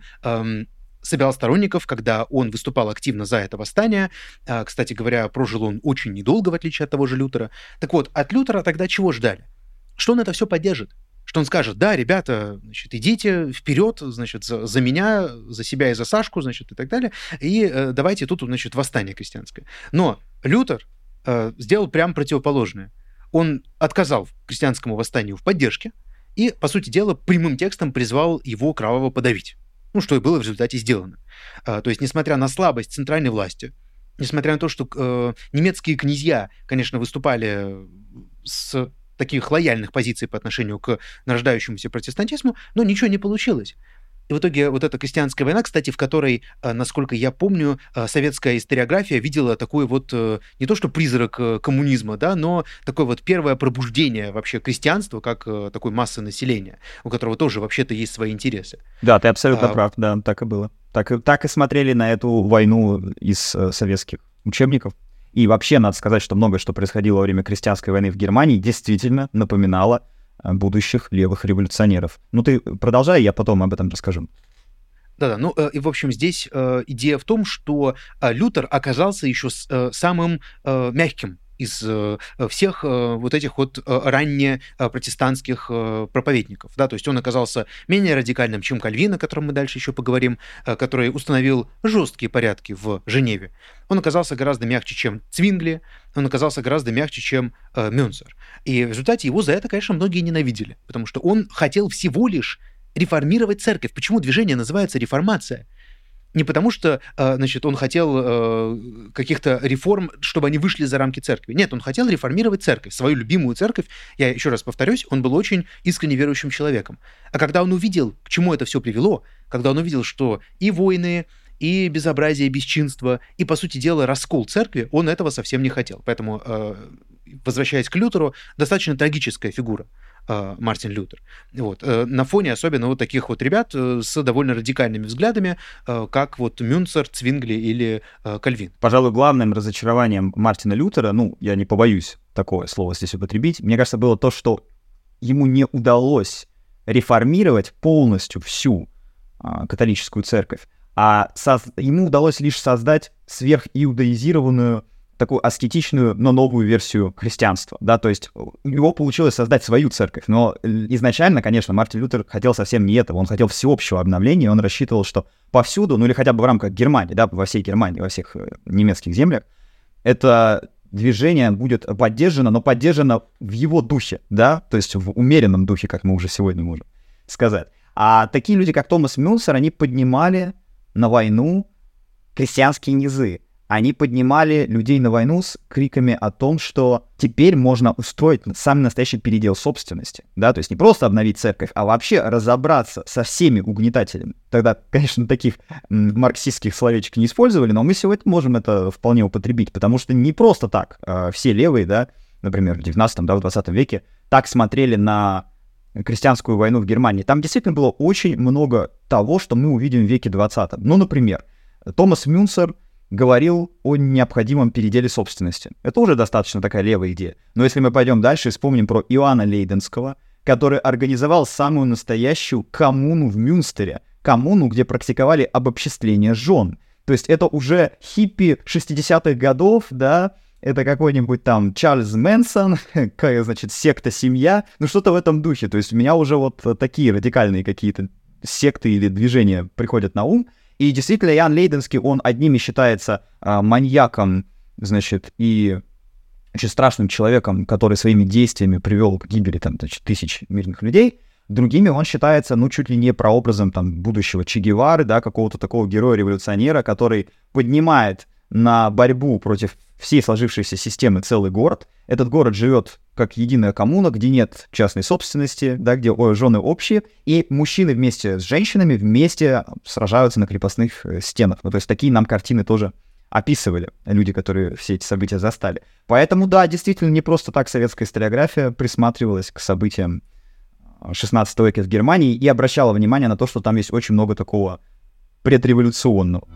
собирал сторонников, когда он выступал активно за это восстание. Кстати говоря, прожил он очень недолго, в отличие от того же Лютера. Так вот, от Лютера тогда чего ждали? Что он это все поддержит? Что он скажет: да, ребята, значит, идите вперед, значит, за меня, за себя и за Сашку, значит, и так далее, и давайте тут, значит, восстание крестьянское. Но Лютер сделал прям противоположное. Он отказал крестьянскому восстанию в поддержке и, по сути дела, прямым текстом призвал его кроваво подавить. Ну, что и было в результате сделано. То есть, несмотря на слабость центральной власти, несмотря на то, что немецкие князья, конечно, выступали с таких лояльных позиций по отношению к нарождающемуся протестантизму, но ничего не получилось. И в итоге вот эта крестьянская война, кстати, в которой, насколько я помню, советская историография видела такой вот, не то что призрак коммунизма, да, но такое вот первое пробуждение вообще крестьянства как такой массы населения, у которого тоже вообще-то есть свои интересы. Да, ты абсолютно прав, да, так и было. Так и смотрели на эту войну из советских учебников. И вообще, надо сказать, что многое, что происходило во время крестьянской войны в Германии, действительно напоминало будущих левых революционеров. Ну, ты продолжай, я потом об этом расскажу. Да-да, ну и, в общем, здесь идея в том, что Лютер оказался еще самым мягким из всех вот этих вот ранне протестантских проповедников. Да? То есть он оказался менее радикальным, чем Кальвин, о котором мы дальше еще поговорим, который установил жесткие порядки в Женеве. Он оказался гораздо мягче, чем Цвингли, он оказался гораздо мягче, чем Мюнцер. И в результате его за это, конечно, многие ненавидели, потому что он хотел всего лишь реформировать церковь. Почему движение называется реформация? Не потому что, значит, он хотел каких-то реформ, чтобы они вышли за рамки церкви. Нет, он хотел реформировать церковь, свою любимую церковь. Я еще раз повторюсь, он был очень искренне верующим человеком. А когда он увидел, к чему это все привело, когда он увидел, что и войны, и безобразие, и бесчинство, и, по сути дела, раскол церкви, он этого совсем не хотел. Поэтому, возвращаясь к Лютеру, достаточно трагическая фигура. Мартин Лютер. Вот. На фоне особенно вот таких вот ребят с довольно радикальными взглядами, как вот Мюнцер, Цвингли или Кальвин. Пожалуй, главным разочарованием Мартина Лютера, я не побоюсь такое слово здесь употребить, мне кажется, было то, что ему не удалось реформировать полностью всю католическую церковь, а ему удалось лишь создать сверхиудаизированную, такую аскетичную, но новую версию христианства, да, то есть у него получилось создать свою церковь, но изначально, конечно, Мартин Лютер хотел совсем не этого, он хотел всеобщего обновления, он рассчитывал, что повсюду, или хотя бы в рамках Германии, да, во всей Германии, во всех немецких землях, это движение будет поддержано, но поддержано в его духе, да, то есть в умеренном духе, как мы уже сегодня можем сказать. А такие люди, как Томас Мюнцер, они поднимали на войну крестьянские низы. Они поднимали людей на войну с криками о том, что теперь можно устроить самый настоящий передел собственности, да, то есть не просто обновить церковь, а вообще разобраться со всеми угнетателями. Тогда, конечно, таких марксистских словечек не использовали, но мы сегодня можем это вполне употребить, потому что не просто так все левые, да, например, в 19 да, в 20 веке так смотрели на крестьянскую войну в Германии. Там действительно было очень много того, что мы увидим в веке 20. Например, Томас Мюнцер говорил о необходимом переделе собственности. Это уже достаточно такая левая идея. Но если мы пойдем дальше и вспомним про Иоанна Лейденского, который организовал самую настоящую коммуну в Мюнстере, коммуну, где практиковали обобществление жен. То есть это уже хиппи 60-х годов, да, это какой-нибудь там Чарльз Мэнсон, значит, секта «Семья», что-то в этом духе. То есть у меня уже вот такие радикальные какие-то секты или движения приходят на ум. И действительно, Иоанн Лейденский, он одними считается маньяком, значит, и очень страшным человеком, который своими действиями привел к гибели тысяч мирных людей. Другими он считается, чуть ли не прообразом будущего Че Гевары, да, какого-то такого героя-революционера, который поднимает на борьбу против всей сложившейся системы целый город. Этот город живет как единая коммуна, где нет частной собственности, да, где жены общие, и мужчины вместе с женщинами вместе сражаются на крепостных стенах. То есть такие нам картины тоже описывали люди, которые все эти события застали. Поэтому, да, действительно, не просто так советская историография присматривалась к событиям 16 века в Германии и обращала внимание на то, что там есть очень много такого предреволюционного.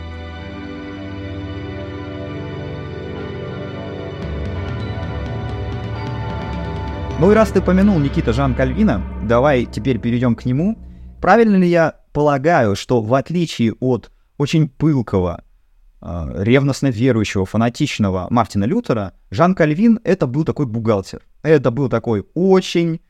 И раз ты помянул, Никита, Жан Кальвина, давай теперь перейдем к нему. Правильно ли я полагаю, что в отличие от очень пылкого, ревностно верующего, фанатичного Мартина Лютера, Жан Кальвин — это был такой бухгалтер. Это был такой очень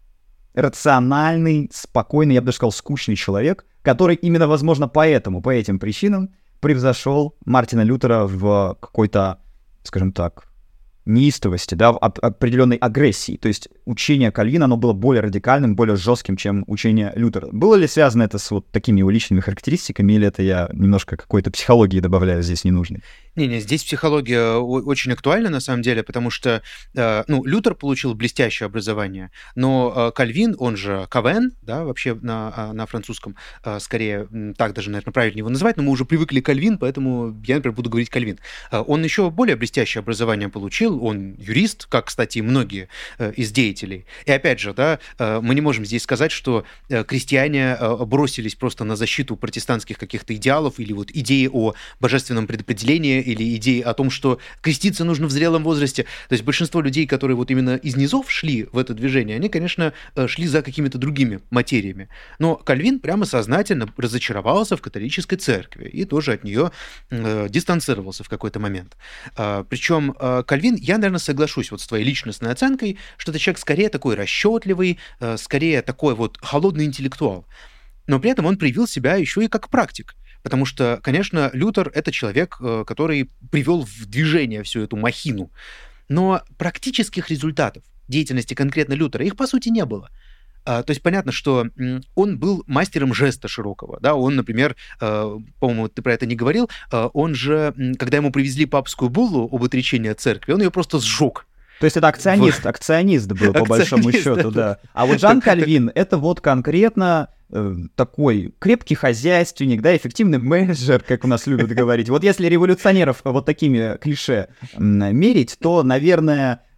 рациональный, спокойный, я бы даже сказал, скучный человек, который именно, возможно, по этим причинам превзошел Мартина Лютера в какой-то, скажем так, неистовости, да, в определенной агрессии. То есть учение Кальвина, оно было более радикальным, более жестким, чем учение Лютера. Было ли связано это с вот такими его личными характеристиками, или это я немножко какой-то психологии добавляю здесь ненужной? Не, здесь психология очень актуальна, на самом деле, потому что, Лютер получил блестящее образование, но Кальвин, он же Кавен, да, вообще на французском, скорее, так даже, наверное, правильнее его называть, но мы уже привыкли к Кальвин, поэтому я, например, буду говорить Кальвин. Он еще более блестящее образование получил, он юрист, как, кстати, и многие из деятелей. И опять же, да, мы не можем здесь сказать, что крестьяне бросились просто на защиту протестантских каких-то идеалов или вот идеи о божественном предопределении, или идеи о том, что креститься нужно в зрелом возрасте. То есть большинство людей, которые вот именно из низов шли в это движение, они, конечно, шли за какими-то другими материями. Но Кальвин прямо сознательно разочаровался в католической церкви и тоже от нее дистанцировался в какой-то момент. Причем Кальвин, я, наверное, соглашусь вот с твоей личностной оценкой, что это человек скорее такой расчетливый, скорее такой вот холодный интеллектуал. Но при этом он проявил себя еще и как практик. Потому что, конечно, Лютер — это человек, который привел в движение всю эту махину. Но практических результатов деятельности конкретно Лютера, их, по сути, не было. То есть понятно, что он был мастером жеста широкого. Да? Он, например, по-моему, ты про это не говорил, он же, когда ему привезли папскую буллу об отречении от церкви, он ее просто сжег. То есть это акционист был, по большому счету, да. А вот Жан Кальвин — это вот конкретно такой крепкий хозяйственник, да, эффективный менеджер, как у нас любят говорить. Вот если революционеров вот такими клише мерить, то, наверное,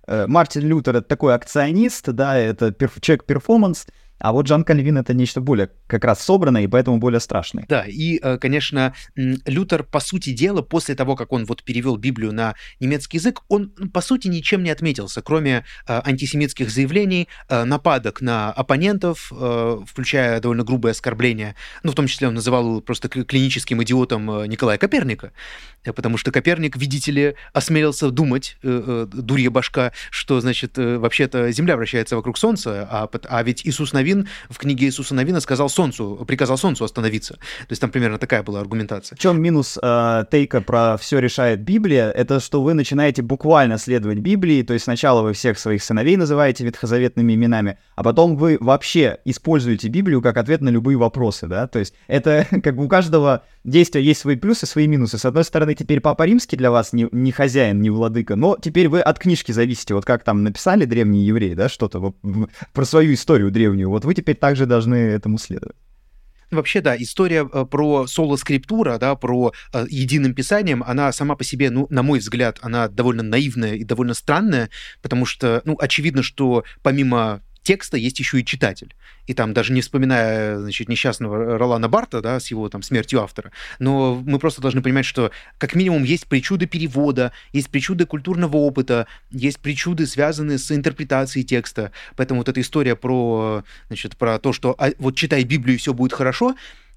Мартин Лютер — это такой акционист, да, это человек-перформанс, а вот Жан Кальвин — это нечто более как раз собранное и поэтому более страшное. Да, и, конечно, Лютер, по сути дела, после того, как он вот перевел Библию на немецкий язык, он, по сути, ничем не отметился, кроме антисемитских заявлений, нападок на оппонентов, включая довольно грубые оскорбления. Ну, в том числе он называл просто клиническим идиотом Николая Коперника, потому что Коперник, видите ли, осмелился думать, дурья башка, что, значит, вообще-то Земля вращается вокруг Солнца, а ведь Иисус Навин в книге Иисуса Навина приказал Солнцу остановиться. То есть там примерно такая была аргументация. В чем минус тейка про «все решает Библия»? Это что вы начинаете буквально следовать Библии, то есть сначала вы всех своих сыновей называете ветхозаветными именами, а потом вы вообще используете Библию как ответ на любые вопросы, да? То есть это как бы у каждого действия есть свои плюсы, свои минусы. С одной стороны, теперь Папа Римский для вас не хозяин, не владыка, но теперь вы от книжки зависите. Вот как там написали древние евреи, да, что-то про свою историю древнюю, вот вы теперь также должны этому следовать. Вообще, да, история про соло-скриптура, да, про единым писанием, она сама по себе, ну, на мой взгляд, она довольно наивная и довольно странная, потому что, ну, очевидно, что помимо текста есть еще и читатель. И там, даже не вспоминая, значит, несчастного Ролана Барта, да, с его там смертью автора, но мы просто должны понимать, что как минимум есть причуды перевода, есть причуды культурного опыта, есть причуды, связанные с интерпретацией текста. Поэтому вот эта история про, значит, про то, что вот читай Библию, и все будет хорошо.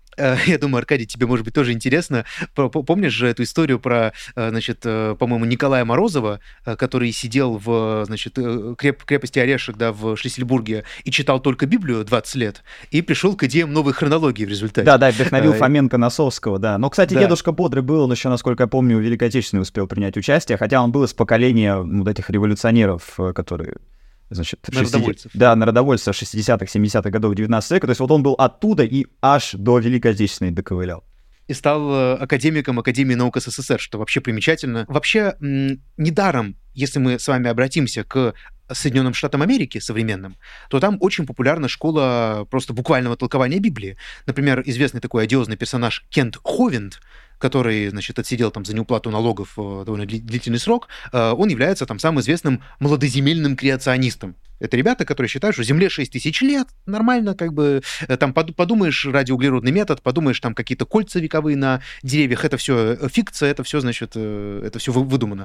Я думаю, Аркадий, тебе, может быть, тоже интересно. Помнишь же эту историю про, значит, по-моему, Николая Морозова, который сидел в, значит, крепости Орешек, да, в Шлиссельбурге и читал только Библию 20 лет и пришел к идеям новой хронологии в результате. Да, вдохновил Фоменко Носовского, да. Но, кстати, да. Дедушка Бодрый был, он еще, насколько я помню, в Великой Отечественной успел принять участие, хотя он был из поколения вот этих революционеров, которые... Значит, народовольцев 60-х, 70-х годов 19 века. То есть вот он был оттуда и аж до Великой Отечественной доковылял. И стал академиком Академии наук СССР, что вообще примечательно. Вообще, недаром, если мы с вами обратимся к Соединенным Штатам Америки современным, то там очень популярна школа просто буквального толкования Библии. Например, известный такой одиозный персонаж Кент Ховинд, который, значит, отсидел там за неуплату налогов довольно длительный срок, он является там самым известным молодоземельным креационистом. Это ребята, которые считают, что Земле 6 тысяч лет, нормально, как бы, там подумаешь радиоуглеродный метод, подумаешь там какие-то кольца вековые на деревьях, это все фикция, это все, значит, это все выдумано.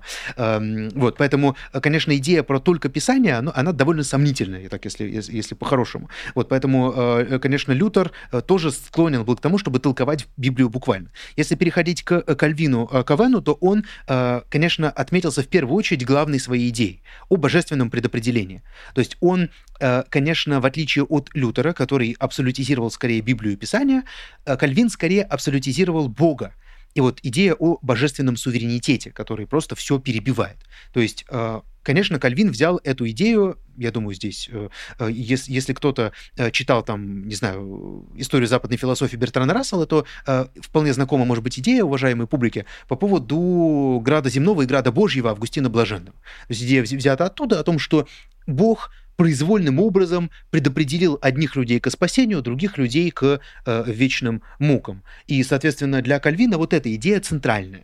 Вот, поэтому, конечно, идея про только писание, она довольно сомнительная, так, если по-хорошему. Вот, поэтому, конечно, Лютер тоже склонен был к тому, чтобы толковать Библию буквально. Если переходить к Кальвину Ковену, то он, конечно, отметился в первую очередь главной своей идеей о божественном предопределении. То есть он, конечно, в отличие от Лютера, который абсолютизировал скорее Библию и Писание, Кальвин скорее абсолютизировал Бога. И вот идея о божественном суверенитете, который просто все перебивает. То есть, конечно, Кальвин взял эту идею, я думаю, здесь, если кто-то читал там, не знаю, историю западной философии Бертрана Рассела, то вполне знакома может быть идея, уважаемой публике, по поводу града земного и града Божьего Августина Блаженного. То есть идея взята оттуда, о том, что Бог произвольным образом предопределил одних людей к спасению, других людей к вечным мукам. И, соответственно, для Кальвина вот эта идея центральная.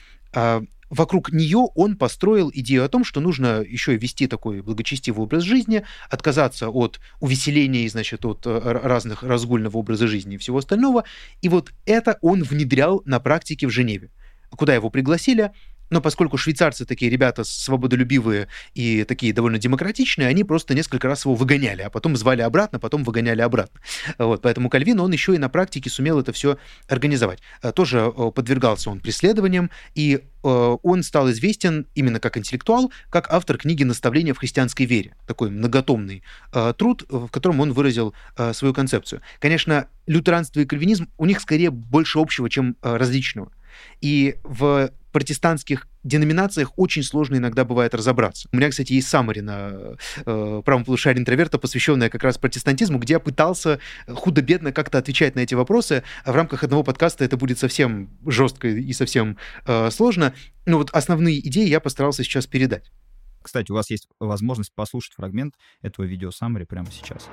Вокруг нее он построил идею о том, что нужно еще и вести такой благочестивый образ жизни, отказаться от увеселений, значит, от разных разгульного образа жизни и всего остального. И вот это он внедрял на практике в Женеве, куда его пригласили. Но поскольку швейцарцы такие ребята свободолюбивые и такие довольно демократичные, они просто несколько раз его выгоняли, а потом звали обратно, потом выгоняли обратно. Вот, поэтому Кальвин, он еще и на практике сумел это все организовать. Тоже подвергался он преследованиям, и он стал известен именно как интеллектуал, как автор книги «Наставления в христианской вере». Такой многотомный труд, в котором он выразил свою концепцию. Конечно, лютеранство и кальвинизм, у них скорее больше общего, чем различного. И в протестантских деноминациях очень сложно иногда бывает разобраться. У меня, кстати, есть саммари на правом полушарии интроверта, посвященная как раз протестантизму, где я пытался худо-бедно как-то отвечать на эти вопросы. А в рамках одного подкаста это будет совсем жестко и совсем сложно. Но вот основные идеи я постарался сейчас передать. Кстати, у вас есть возможность послушать фрагмент этого видео-саммари прямо сейчас.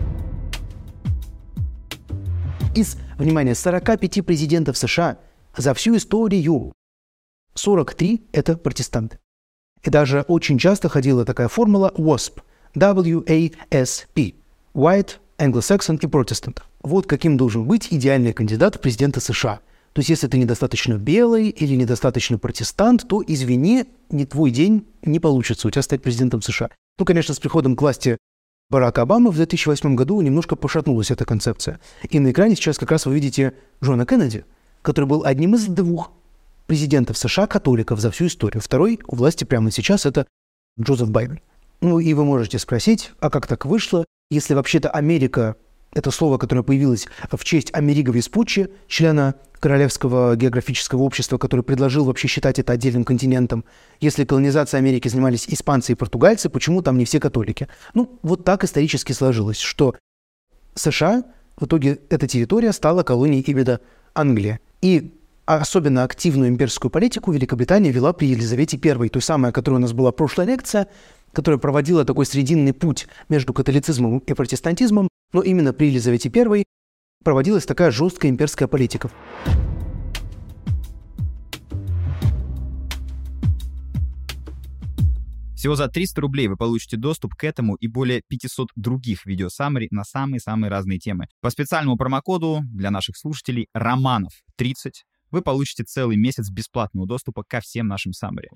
Из, внимание, 45 президентов США за всю историю 43 — это протестанты. И даже очень часто ходила такая формула WASP, W-A-S-P, White, Anglo-Saxon и Protestant. Вот каким должен быть идеальный кандидат в президенты США. То есть если ты недостаточно белый или недостаточно протестант, то, извини, не твой день, не получится у тебя стать президентом США. Ну, конечно, с приходом к власти Барака Обамы в 2008 году немножко пошатнулась эта концепция. И на экране сейчас как раз вы видите Джона Кеннеди, который был одним из 2 президентов США, католиков за всю историю. Второй у власти прямо сейчас это Джозеф Байден. Ну и вы можете спросить, а как так вышло, если вообще-то Америка — это слово, которое появилось в честь Америго Веспуччи, члена Королевского географического общества, который предложил вообще считать это отдельным континентом. Если колонизацией Америки занимались испанцы и португальцы, почему там не все католики? Ну, вот так исторически сложилось, что США, в итоге эта территория стала колонией именно Англии. И особенно активную имперскую политику Великобритания вела при Елизавете I, той самой, о которой у нас была прошлая лекция, которая проводила такой срединный путь между католицизмом и протестантизмом, но именно при Елизавете I проводилась такая жесткая имперская политика. Всего за 300 рублей вы получите доступ к этому и более 500 других видеосаммари на самые-самые разные темы. По специальному промокоду для наших слушателей Романов30 вы получите целый месяц бесплатного доступа ко всем нашим саммари.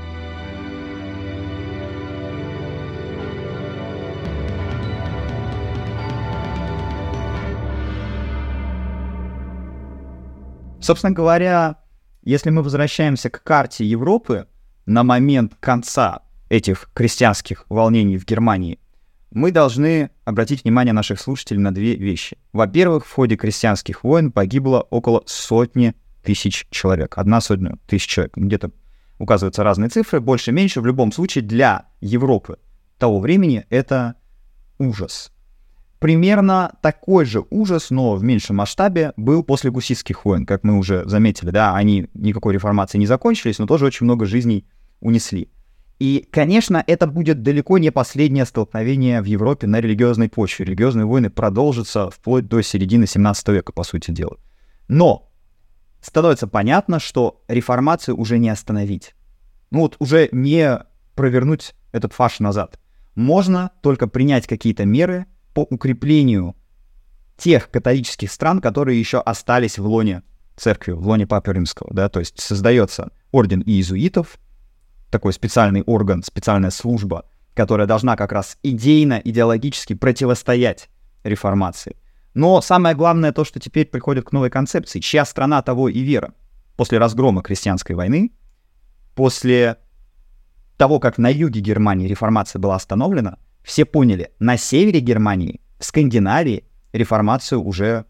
Собственно говоря, если мы возвращаемся к карте Европы на момент конца этих крестьянских волнений в Германии, мы должны обратить внимание наших слушателей на 2 вещи. Во-первых, в ходе крестьянских войн погибло около 100 000 человек. 100 000 человек. Где-то указываются разные цифры, больше-меньше. В любом случае, для Европы того времени это ужас. Примерно такой же ужас, но в меньшем масштабе, был после гуситских войн. Как мы уже заметили, да, они никакой реформации не закончились, но тоже очень много жизней унесли. И, конечно, это будет далеко не последнее столкновение в Европе на религиозной почве. Религиозные войны продолжатся вплоть до середины 17 века, по сути дела. Но становится понятно, что реформацию уже не остановить. Ну вот уже не провернуть этот фарш назад. Можно только принять какие-то меры по укреплению тех католических стран, которые еще остались в лоне церкви, в лоне Папы Римского, да, то есть создается орден иезуитов, такой специальный орган, специальная служба, которая должна как раз идейно, идеологически противостоять реформации. Но самое главное то, что теперь приходит к новой концепции, чья страна, того и вера. После разгрома крестьянской войны, после того, как на юге Германии реформация была остановлена, все поняли, на севере Германии, в Скандинавии, реформацию уже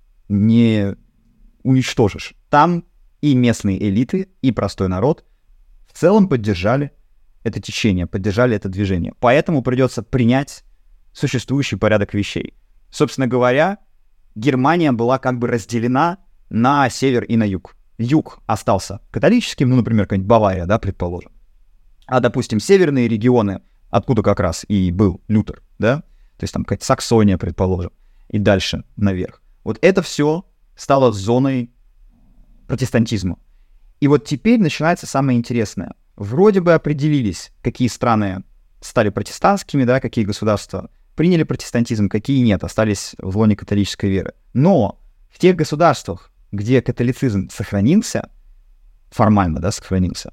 не уничтожишь. Там и местные элиты, и простой народ в целом поддержали это течение, поддержали это движение. Поэтому придется принять существующий порядок вещей. Собственно говоря, Германия была как бы разделена на север и на юг. Юг остался католическим, ну, например, какая-нибудь Бавария, да, предположим. А, допустим, северные регионы, откуда как раз и был Лютер, да, то есть там какая-то Саксония, предположим, и дальше наверх. Вот это все стало зоной протестантизма. И вот теперь начинается самое интересное. Вроде бы определились, какие страны стали протестантскими, да, какие государства приняли протестантизм, какие нет, остались в лоне католической веры. Но в тех государствах, где католицизм сохранился, формально, да, сохранился,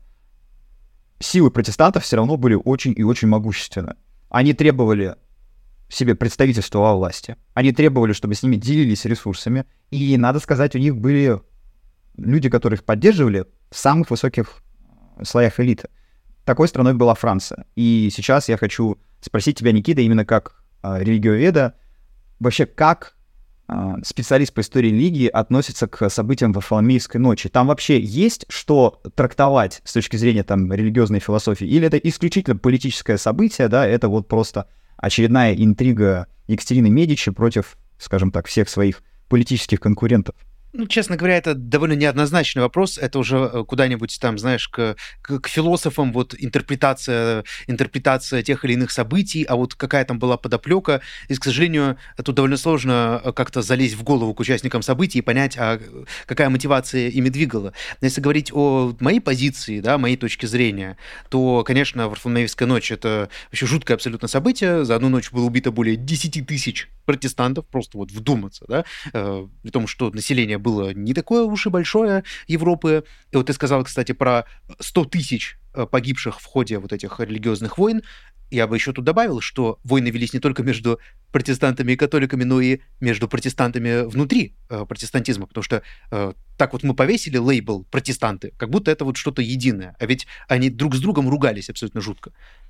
силы протестантов все равно были очень и очень могущественны. Они требовали себе представительства во власти, они требовали, чтобы с ними делились ресурсами, и, надо сказать, у них были люди, которые их поддерживали в самых высоких слоях элиты. Такой страной была Франция. И сейчас я хочу спросить тебя, Никита, именно как религиоведа, вообще как специалист по истории религии относится к событиям Варфоломеевской ночи? Там вообще есть что трактовать с точки зрения там религиозной философии? Или это исключительно политическое событие, да, это вот просто очередная интрига Екатерины Медичи против, скажем так, всех своих политических конкурентов? Ну, честно говоря, это довольно неоднозначный вопрос. Это уже куда-нибудь там, знаешь, к философам, вот интерпретация тех или иных событий, а вот какая там была подоплека. И, к сожалению, тут довольно сложно как-то залезть в голову к участникам событий и понять, какая мотивация ими двигала. Но если говорить о моей позиции, да, моей точке зрения, то, конечно, Варфоломеевская ночь — это вообще жуткое абсолютно событие. За одну ночь было убито более 10 тысяч протестантов, просто вот вдуматься, да, при том, что население было не такое уж и большое Европы. И вот ты сказал, кстати, про 100 тысяч погибших в ходе вот этих религиозных войн. Я бы еще тут добавил, что войны велись не только между протестантами и католиками, но и между протестантами внутри протестантизма, потому что так вот мы повесили лейбл «протестанты», как будто это вот что-то единое, а ведь они друг с другом ругались абсолютно жутко.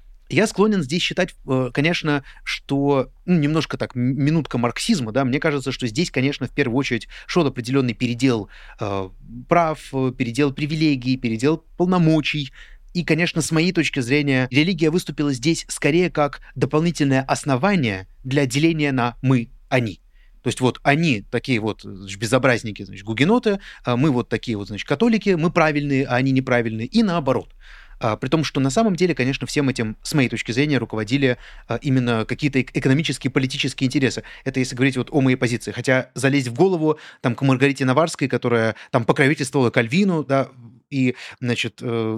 Я склонен здесь считать, конечно, что немножко так, минутка марксизма, да, мне кажется, что здесь, конечно, в первую очередь шел определенный передел прав, передел привилегий, передел полномочий. И, конечно, с моей точки зрения, религия выступила здесь скорее как дополнительное основание для деления на «мы-они». То есть вот они такие вот значит, безобразники, значит, гугеноты, а мы вот такие вот, значит, католики, мы правильные, а они неправильные, и наоборот. При том, что на самом деле, конечно, всем этим, с моей точки зрения, руководили именно какие-то экономические, политические интересы. Это если говорить вот о моей позиции. Хотя залезть в голову там, к Маргарите Наварской, которая там покровительствовала Кальвину, да, и, значит,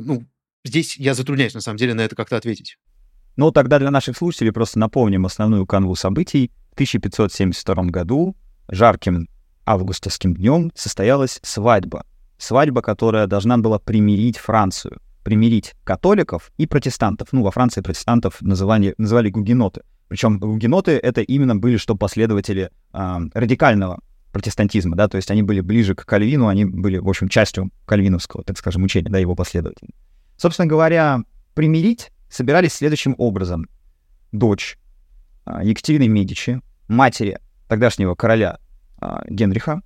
здесь я затрудняюсь, на самом деле, на это как-то ответить. Ну, тогда для наших слушателей просто напомним основную канву событий. В 1572 году жарким августовским днем состоялась свадьба. Свадьба, которая должна была примирить Францию. Примирить католиков и протестантов. Ну, во Франции протестантов называли гугеноты. Причем гугеноты — это именно были что последователи радикального протестантизма, да, то есть они были ближе к Кальвину, они были, в общем, частью кальвиновского, так скажем, учения, да, его последователей. Собственно говоря, примирить собирались следующим образом. Дочь Екатерины Медичи, матери тогдашнего короля Генриха,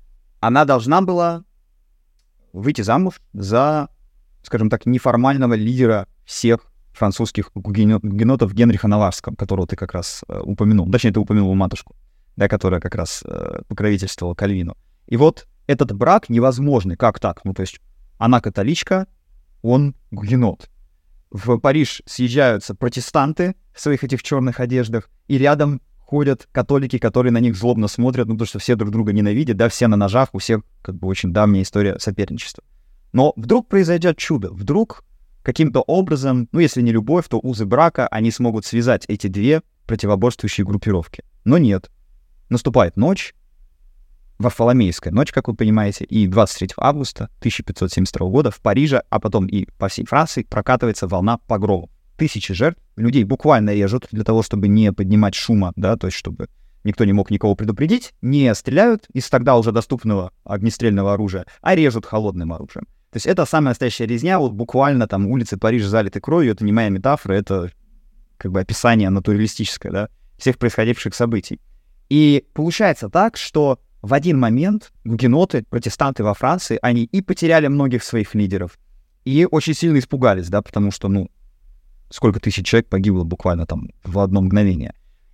она должна была выйти замуж за, скажем так, неформального лидера всех французских гугенотов Генриха Наварского, которого ты как раз упомянул. Точнее, ты упомянул матушку, да, которая как раз покровительствовала Кальвину. И вот этот брак невозможный. Как так? Ну, то есть она католичка, он гугенот. В Париж съезжаются протестанты в своих этих черных одеждах, и рядом ходят католики, которые на них злобно смотрят, ну, потому что все друг друга ненавидят, да, все на ножах, у всех как бы очень давняя история соперничества. Но вдруг произойдет чудо, вдруг каким-то образом, ну, если не любовь, то узы брака, они смогут связать эти две противоборствующие группировки. Но нет. Наступает ночь, Варфоломеевская ночь, как вы понимаете, и 23 августа 1572 года в Париже, а потом и по всей Франции прокатывается волна погромов. Тысячи жертв, людей буквально режут для того, чтобы не поднимать шума, да, то есть чтобы никто не мог никого предупредить, не стреляют из тогда уже доступного огнестрельного оружия, а режут холодным оружием. То есть это самая настоящая резня, вот буквально там улицы Парижа залиты кровью, это не моя метафора, это как бы описание натуралистическое, да, всех происходивших событий. И получается так, что в один момент гугеноты, протестанты во Франции, они и потеряли многих своих лидеров, и очень сильно испугались, да, потому что, ну, сколько тысяч человек погибло буквально там в одно мгновение.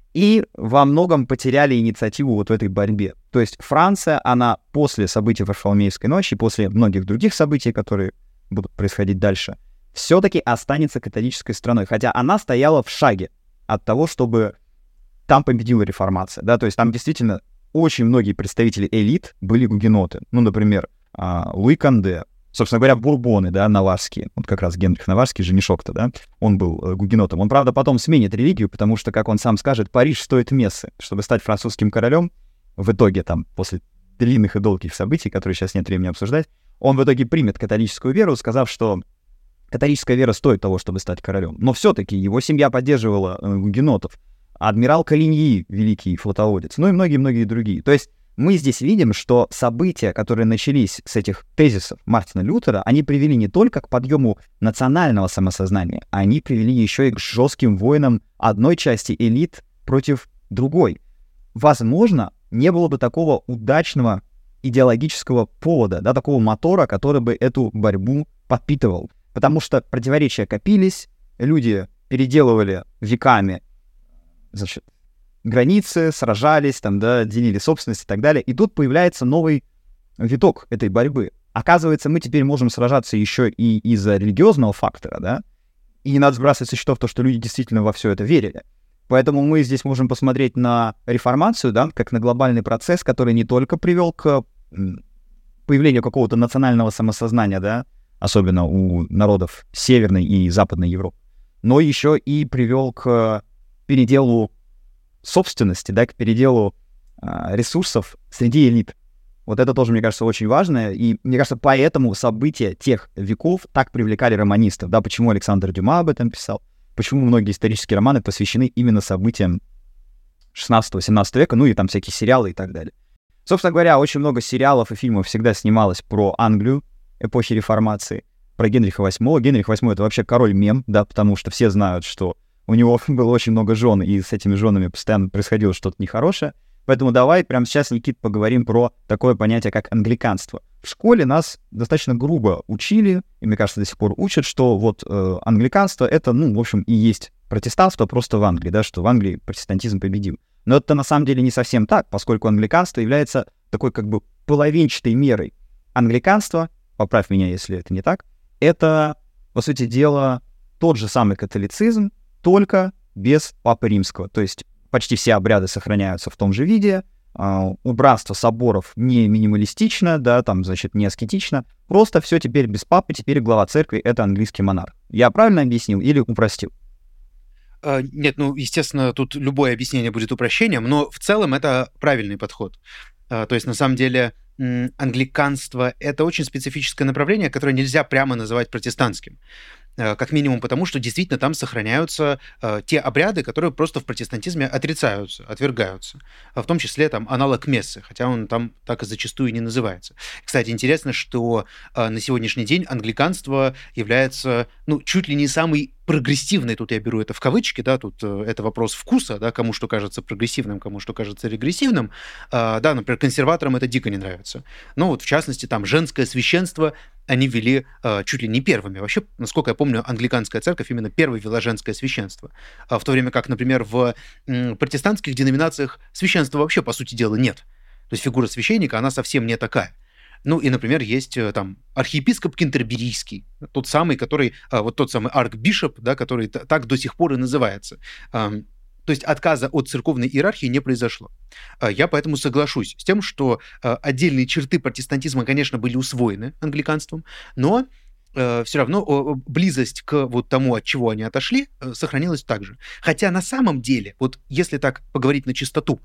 И во многом потеряли инициативу вот в этой борьбе. То есть Франция, она после событий Варфоломеевской ночи, после многих других событий, которые будут происходить дальше, все-таки останется католической страной, хотя она стояла в шаге от того, чтобы там победила реформация, да, то есть там действительно очень многие представители элит были гугеноты. Ну, например, Луи Канде, собственно говоря, бурбоны, да, наварские. Вот как раз Генрих Наварский, женишок-то, да, он был гугенотом. Он, правда, потом сменит религию, потому что, как он сам скажет, Париж стоит мессы. Чтобы стать французским королем, в итоге там, после длинных и долгих событий, которые сейчас нет времени обсуждать, он в итоге примет католическую веру, сказав, что католическая вера стоит того, чтобы стать королем. Но все-таки его семья поддерживала гугенотов. Адмирал Калиньи, великий флотоводец, ну и многие-многие другие. То есть мы здесь видим, что события, которые начались с этих тезисов Мартина Лютера, они привели не только к подъему национального самосознания, они привели еще и к жестким войнам одной части элит против другой. Возможно, не было бы такого удачного идеологического повода, да, такого мотора, который бы эту борьбу подпитывал. Потому что противоречия копились, люди переделывали веками, значит, границы, сражались, там, да, делили собственность и так далее. И тут появляется новый виток этой борьбы. Оказывается, мы теперь можем сражаться еще и из-за религиозного фактора, да, и не надо сбрасывать со счетов то, что люди действительно во все это верили. Поэтому мы здесь можем посмотреть на реформацию, да, как на глобальный процесс, который не только привел к появлению какого-то национального самосознания, да, особенно у народов Северной и Западной Европы, но еще и привел к переделу собственности, да, к переделу ресурсов среди элит. Вот это тоже, мне кажется, очень важно, и мне кажется, поэтому события тех веков так привлекали романистов, да, почему Александр Дюма об этом писал, почему многие исторические романы посвящены именно событиям 16-17 века, ну и там всякие сериалы и так далее. Собственно говоря, очень много сериалов и фильмов всегда снималось про Англию эпохи реформации, про Генриха VIII. Генрих VIII — это вообще король-мем, да, потому что все знают, что у него было очень много жен, и с этими женами постоянно происходило что-то нехорошее. Поэтому давай прямо сейчас, Никит, поговорим про такое понятие, как англиканство. В школе нас достаточно грубо учили, и, мне кажется, до сих пор учат, что вот англиканство — это, ну, в общем, и есть протестанство просто в Англии, да, что в Англии протестантизм победил. Но это на самом деле не совсем так, поскольку англиканство является такой как бы половинчатой мерой. Англиканство, поправь меня, если это не так, это, по сути дела, тот же самый католицизм, только без Папы Римского. То есть почти все обряды сохраняются в том же виде, убранство соборов не минималистично, да, там, значит, не аскетично, просто все теперь без папы, теперь глава церкви — это английский монарх. Я правильно объяснил или упростил? Нет, ну, естественно, тут любое объяснение будет упрощением, но в целом это правильный подход. То есть, на самом деле, англиканство — это очень специфическое направление, которое нельзя прямо называть протестантским. Как минимум потому, что действительно там сохраняются те обряды, которые просто в протестантизме отрицаются, отвергаются. В том числе там аналог мессы, хотя он там так и зачастую не называется. Кстати, интересно, что на сегодняшний день англиканство является, ну, чуть ли не самый прогрессивный, тут я беру это в кавычки, да, тут это вопрос вкуса, да, кому что кажется прогрессивным, кому что кажется регрессивным. Да, например, консерваторам это дико не нравится. Но вот, в частности, там женское священство они ввели чуть ли не первыми. Вообще, насколько я помню, англиканская церковь именно первой ввела женское священство. В то время как, например, в протестантских деноминациях священства вообще, по сути дела, нет. То есть фигура священника, она совсем не такая. Ну и, например, есть там архиепископ Кентерберийский, тот самый, который, вот тот самый аркбишоп, да, который так до сих пор и называется. То есть отказа от церковной иерархии не произошло. Я поэтому соглашусь с тем, что отдельные черты протестантизма, конечно, были усвоены англиканством, но все равно близость к вот тому, от чего они отошли, сохранилась также. Хотя на самом деле, вот если так поговорить на чистоту,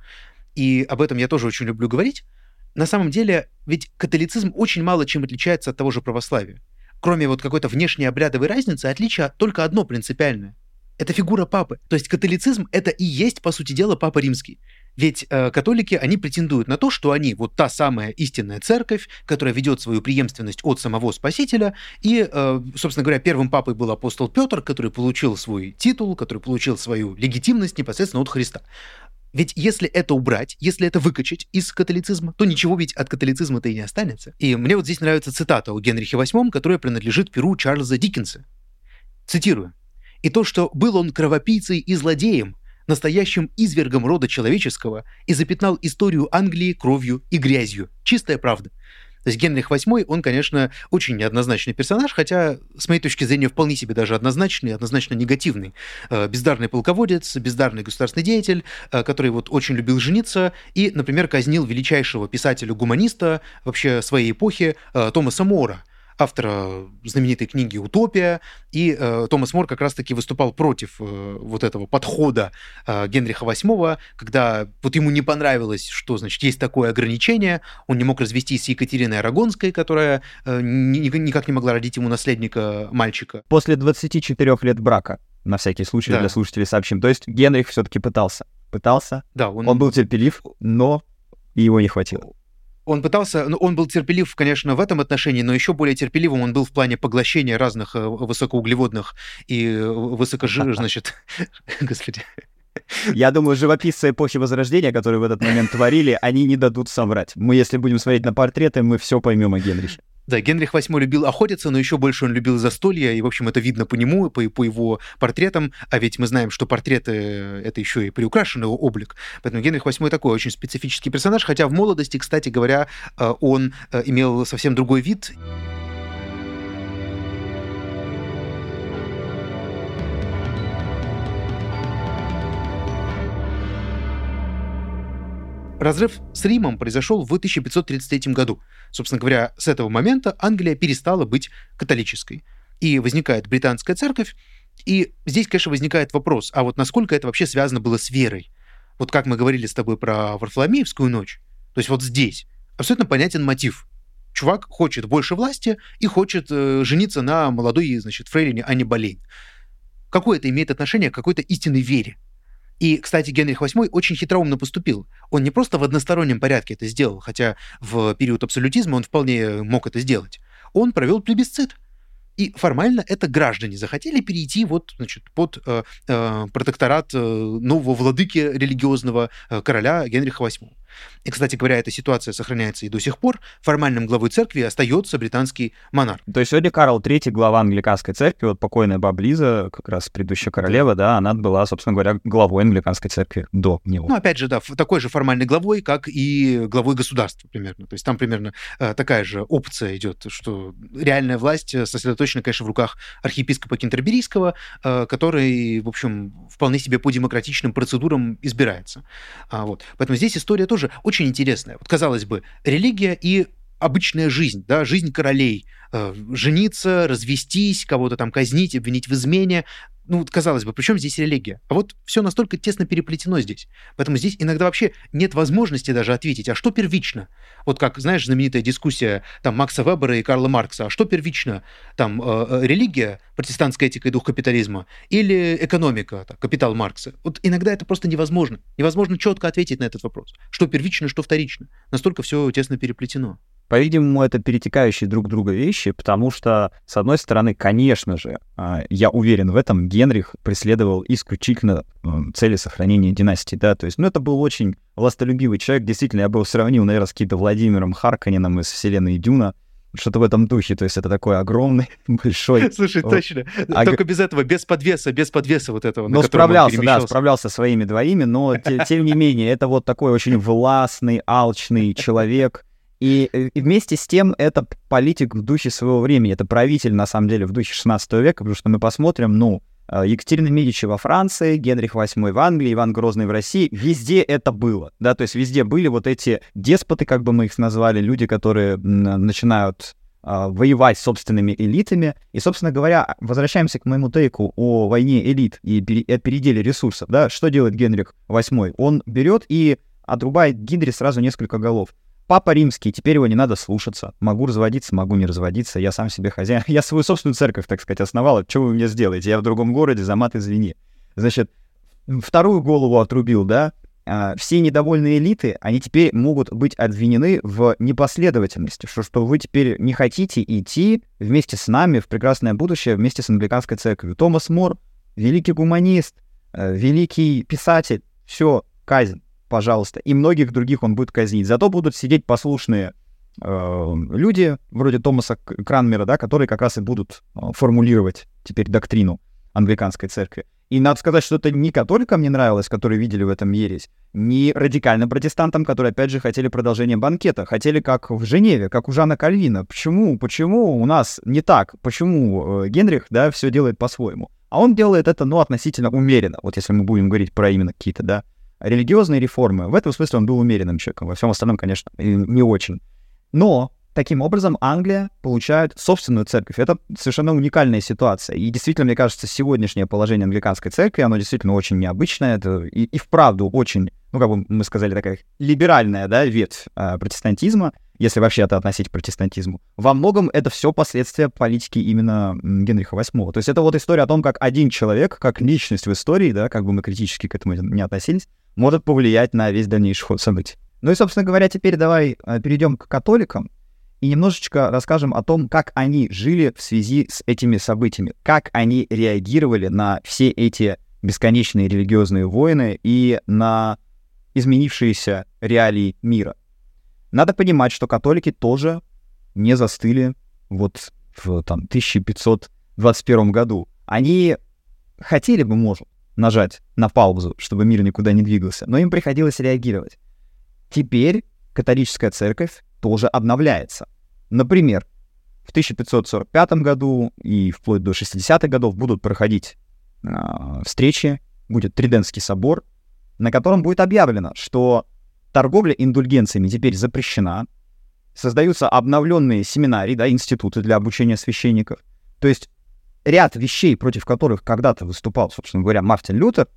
и об этом я тоже очень люблю говорить, на самом деле ведь католицизм очень мало чем отличается от того же православия. Кроме вот какой-то внешней обрядовой разницы, отличие только одно принципиальное. Это фигура папы. То есть католицизм — это и есть, по сути дела, Папа Римский. Ведь католики, они претендуют на то, что они вот та самая истинная церковь, которая ведет свою преемственность от самого Спасителя. И, собственно говоря, первым папой был апостол Петр, который получил свой титул, который получил свою легитимность непосредственно от Христа. Ведь если это убрать, если это выкачать из католицизма, то ничего ведь от католицизма-то и не останется. И мне вот здесь нравится цитата о Генрихе VIII, которая принадлежит перу Чарльза Диккенса. Цитирую. «И то, что был он кровопийцей и злодеем, настоящим извергом рода человеческого, и запятнал историю Англии кровью и грязью. Чистая правда». То есть Генрих VIII, он, конечно, очень неоднозначный персонаж, хотя, с моей точки зрения, вполне себе даже однозначный, однозначно негативный. Бездарный полководец, бездарный государственный деятель, который вот очень любил жениться и, например, казнил величайшего писателя-гуманиста вообще своей эпохи Томаса Мора, автора знаменитой книги «Утопия», и Томас Мор как раз-таки выступал против вот этого подхода Генриха VIII, когда вот ему не понравилось, что, значит, есть такое ограничение, он не мог развестись с Екатериной Арагонской, которая никак не могла родить ему наследника мальчика. После 24 лет брака, на всякий случай, да, для слушателей сообщим. То есть Генрих все-таки пытался. Да, он был терпелив, но его не хватило. Он пытался, ну, он был терпелив, конечно, в этом отношении, но еще более терпеливым он был в плане поглощения разных высокоуглеводных и значит, господи. Я думаю, живописцы эпохи Возрождения, которые в этот момент творили, они не дадут соврать. Мы, если будем смотреть на портреты, мы все поймем о Генрихе. Да, Генрих VIII любил охотиться, но еще больше он любил застолья, и, в общем, это видно по нему, по его портретам, а ведь мы знаем, что портреты — это еще и приукрашенный облик, поэтому Генрих VIII такой очень специфический персонаж, хотя в молодости, кстати говоря, он имел совсем другой вид. Разрыв с Римом произошел в 1533 году. Собственно говоря, с этого момента Англия перестала быть католической. И возникает британская церковь, и здесь, конечно, возникает вопрос, а вот насколько это вообще связано было с верой? Вот как мы говорили с тобой про Варфоломеевскую ночь, то есть вот здесь абсолютно понятен мотив. Чувак хочет больше власти и хочет жениться на молодой, значит, фрейлине Анне Болейн. Какое это имеет отношение к какой-то истинной вере? И, кстати, Генрих VIII очень хитроумно поступил. Он не просто в одностороннем порядке это сделал, хотя в период абсолютизма он вполне мог это сделать. Он провел плебисцит. И формально это граждане захотели перейти вот, значит, под протекторат нового владыки религиозного короля Генриха VIII. И, кстати говоря, эта ситуация сохраняется и до сих пор. Формальным главой церкви остается британский монарх. То есть сегодня Карл III, глава англиканской церкви, вот покойная баба Лиза, как раз предыдущая королева, да, она была, собственно говоря, главой англиканской церкви до него. Ну, опять же, да, такой же формальной главой, как и главой государства примерно. То есть там примерно такая же опция идет, что реальная власть сосредоточена, конечно, в руках архиепископа Кентерберийского, который, в общем, вполне себе по демократичным процедурам избирается. Вот. Поэтому здесь история тоже очень интересная. Вот, казалось бы, религия и обычная жизнь, да, жизнь королей, жениться, развестись, кого-то там казнить, обвинить в измене. Ну, казалось бы, при чем здесь религия? А вот все настолько тесно переплетено здесь. Поэтому здесь иногда вообще нет возможности даже ответить, а что первично? Вот как, знаешь, знаменитая дискуссия там Макса Вебера и Карла Маркса, а что первично? Там религия, протестантская этика и дух капитализма, или экономика, так, капитал Маркса? Вот иногда это просто невозможно. Невозможно четко ответить на этот вопрос. Что первично, что вторично. Настолько все тесно переплетено. По-видимому, это перетекающие друг в друга вещи, потому что, с одной стороны, конечно же, я уверен в этом, Генрих преследовал исключительно цели сохранения династии, да, то есть, ну, это был очень властолюбивый человек, действительно, я бы сравнил, наверное, с каким-то Владимиром Харконеном из вселенной Дюна, что-то в этом духе, то есть это такой огромный, большой... Слушай, точно, только без этого, без подвеса вот этого, на котором он перемещался. Да, справлялся своими двоими, но, тем не менее, это вот такой очень властный, алчный человек. И вместе с тем это политик в духе своего времени, это правитель, на самом деле, в духе 16 века, потому что мы посмотрим, ну, Екатерина Медичи во Франции, Генрих VIII в Англии, Иван Грозный в России, везде это было, да, то есть везде были вот эти деспоты, как бы мы их назвали, люди, которые начинают воевать с собственными элитами, и, собственно говоря, возвращаемся к моему тейку о войне элит и о переделе ресурсов, да, что делает Генрих VIII? Он берет и отрубает Гидре сразу несколько голов. Папа римский, теперь его не надо слушаться. Могу разводиться, могу не разводиться, я сам себе хозяин. Я свою собственную церковь, так сказать, основал. Что вы мне сделаете? Я в другом городе, за мат извини. Значит, вторую голову отрубил, да? Все недовольные элиты, они теперь могут быть обвинены в непоследовательности, что вы теперь не хотите идти вместе с нами в прекрасное будущее, вместе с англиканской церковью. Томас Мор, великий гуманист, великий писатель, все, казнь. Пожалуйста. И многих других он будет казнить. Зато будут сидеть послушные люди, вроде Томаса Кранмера, да, которые как раз и будут формулировать теперь доктрину англиканской церкви. И надо сказать, что это не католикам не нравилось, которые видели в этом ересь, не радикальным протестантам, которые, опять же, хотели продолжения банкета, хотели как в Женеве, как у Жана Кальвина. Почему у нас не так? Почему Генрих, да, все делает по-своему? А он делает это, ну, относительно умеренно. Вот если мы будем говорить про именно какие-то, да, религиозные реформы. В этом смысле он был умеренным человеком. Во всем остальном, конечно, не очень. Но таким образом Англия получает собственную церковь. Это совершенно уникальная ситуация. И действительно, мне кажется, сегодняшнее положение англиканской церкви, оно действительно очень необычное. Это и вправду очень, ну, как бы мы сказали, такая либеральная, да, ветвь протестантизма, если вообще это относить к протестантизму. Во многом это все последствия политики именно Генриха VIII. То есть это вот история о том, как один человек, как личность в истории, да, как бы мы критически к этому не относились, может повлиять на весь дальнейший ход событий. Ну и, собственно говоря, теперь давай перейдем к католикам и немножечко расскажем о том, как они жили в связи с этими событиями, как они реагировали на все эти бесконечные религиозные войны и на изменившиеся реалии мира. Надо понимать, что католики тоже не застыли вот в 1521 году. Они хотели бы, может, нажать на паузу, чтобы мир никуда не двигался, но им приходилось реагировать. Теперь католическая церковь тоже обновляется. Например, в 1545 году и вплоть до 60-х годов будут проходить встречи, будет Тридентский собор, на котором будет объявлено, что торговля индульгенциями теперь запрещена, создаются обновленные семинарии, да, институты для обучения священников. То есть ряд вещей, против которых когда-то выступал, собственно говоря, Мартин Лютер,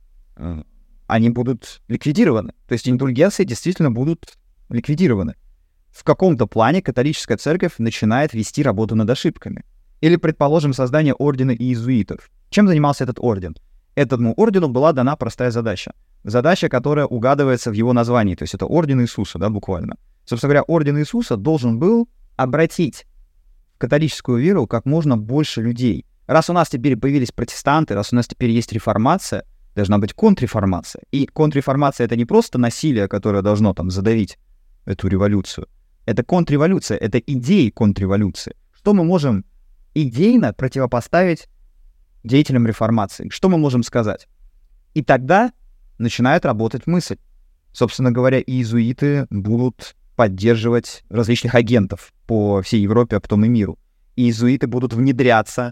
они будут ликвидированы. То есть индульгенции действительно будут ликвидированы. В каком-то плане католическая церковь начинает вести работу над ошибками. Или, предположим, создание ордена иезуитов. Чем занимался этот орден? Этому ордену была дана простая задача. Задача, которая угадывается в его названии. То есть это орден Иисуса, да, буквально. Собственно говоря, орден Иисуса должен был обратить в католическую веру как можно больше людей. Раз у нас теперь появились протестанты, раз у нас теперь есть реформация, должна быть контрреформация. И контрреформация — это не просто насилие, которое должно там задавить эту революцию. Это контрреволюция, это идеи контрреволюции. Что мы можем идейно противопоставить деятелям реформации? Что мы можем сказать? И тогда начинает работать мысль. Собственно говоря, иезуиты будут поддерживать различных агентов по всей Европе, а потом и миру. Иезуиты будут внедряться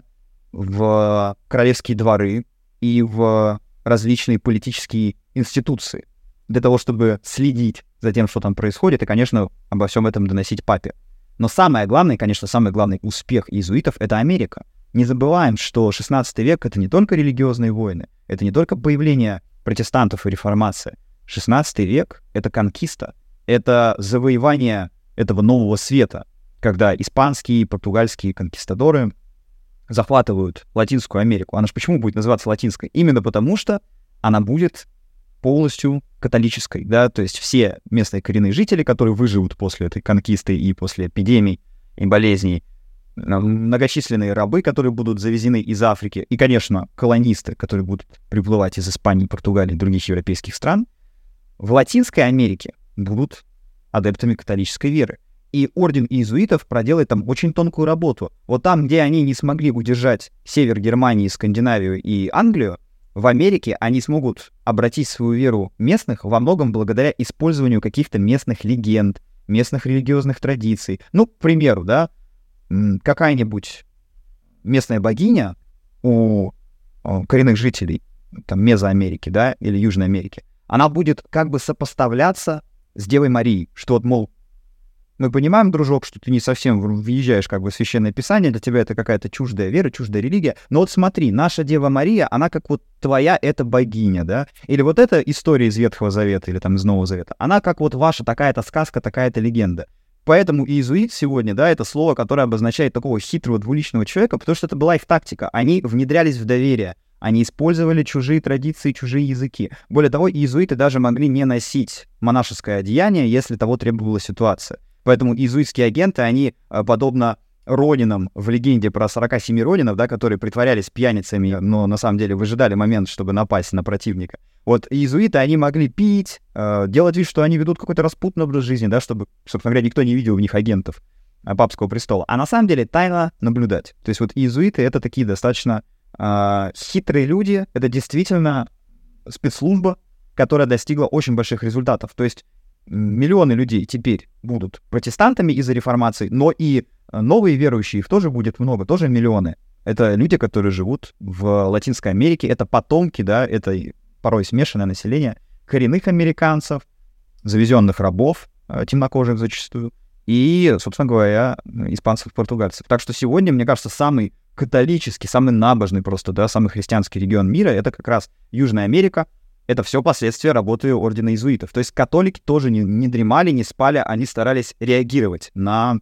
в королевские дворы и в различные политические институции для того, чтобы следить за тем, что там происходит, и, конечно, обо всем этом доносить папе. Но самое главное, конечно, самый главный успех иезуитов — это Америка. Не забываем, что 16 век — это не только религиозные войны, это не только появление протестантов и реформация. 16 век — это конкиста, это завоевание этого нового света, когда испанские и португальские конкистадоры захватывают Латинскую Америку. Она же почему будет называться латинской? Именно потому, что она будет полностью католической, да, то есть все местные коренные жители, которые выживут после этой конкисты и после эпидемий и болезней, многочисленные рабы, которые будут завезены из Африки, и, конечно, колонисты, которые будут приплывать из Испании, Португалии и других европейских стран, в Латинской Америке будут адептами католической веры. И орден иезуитов проделает там очень тонкую работу. Вот там, где они не смогли удержать север Германии, Скандинавию и Англию, в Америке они смогут обратить свою веру местных во многом благодаря использованию каких-то местных легенд, местных религиозных традиций. Ну, к примеру, да, какая-нибудь местная богиня у коренных жителей там, Мезоамерики, да, или Южной Америки, она будет как бы сопоставляться с Девой Марией, что вот, мол, мы понимаем, дружок, что ты не совсем въезжаешь как бы в Священное Писание, для тебя это какая-то чуждая вера, чуждая религия, но вот смотри, наша Дева Мария, она как вот твоя, это богиня, да, или вот эта история из Ветхого Завета или там из Нового Завета, она как вот ваша такая-то сказка, такая-то легенда. Поэтому иезуит сегодня, да, это слово, которое обозначает такого хитрого двуличного человека, потому что это была их тактика, они внедрялись в доверие, они использовали чужие традиции, чужие языки. Более того, иезуиты даже могли не носить монашеское одеяние, если того требовала ситуация. Поэтому иезуитские агенты, они, подобно ронинам в легенде про 47 ронинов, да, которые притворялись пьяницами, но на самом деле выжидали момент, чтобы напасть на противника. Вот иезуиты, они могли пить, делать вид, что они ведут какой-то распутный образ жизни, да, чтобы, собственно говоря, никто не видел в них агентов папского престола. А на самом деле тайно наблюдать. То есть вот иезуиты — это такие достаточно хитрые люди, это действительно спецслужба, которая достигла очень больших результатов. То есть миллионы людей теперь будут протестантами из-за реформации, но и новые верующие, их тоже будет много, тоже миллионы. Это люди, которые живут в Латинской Америке, это потомки, да, это порой смешанное население коренных американцев, завезенных рабов, темнокожих зачастую, и, собственно говоря, испанцев, португальцев. Так что сегодня, мне кажется, самый католический, самый набожный просто, да, самый христианский регион мира — это как раз Южная Америка. Это все последствия работы ордена иезуитов. То есть католики тоже не дремали, не спали, они старались реагировать на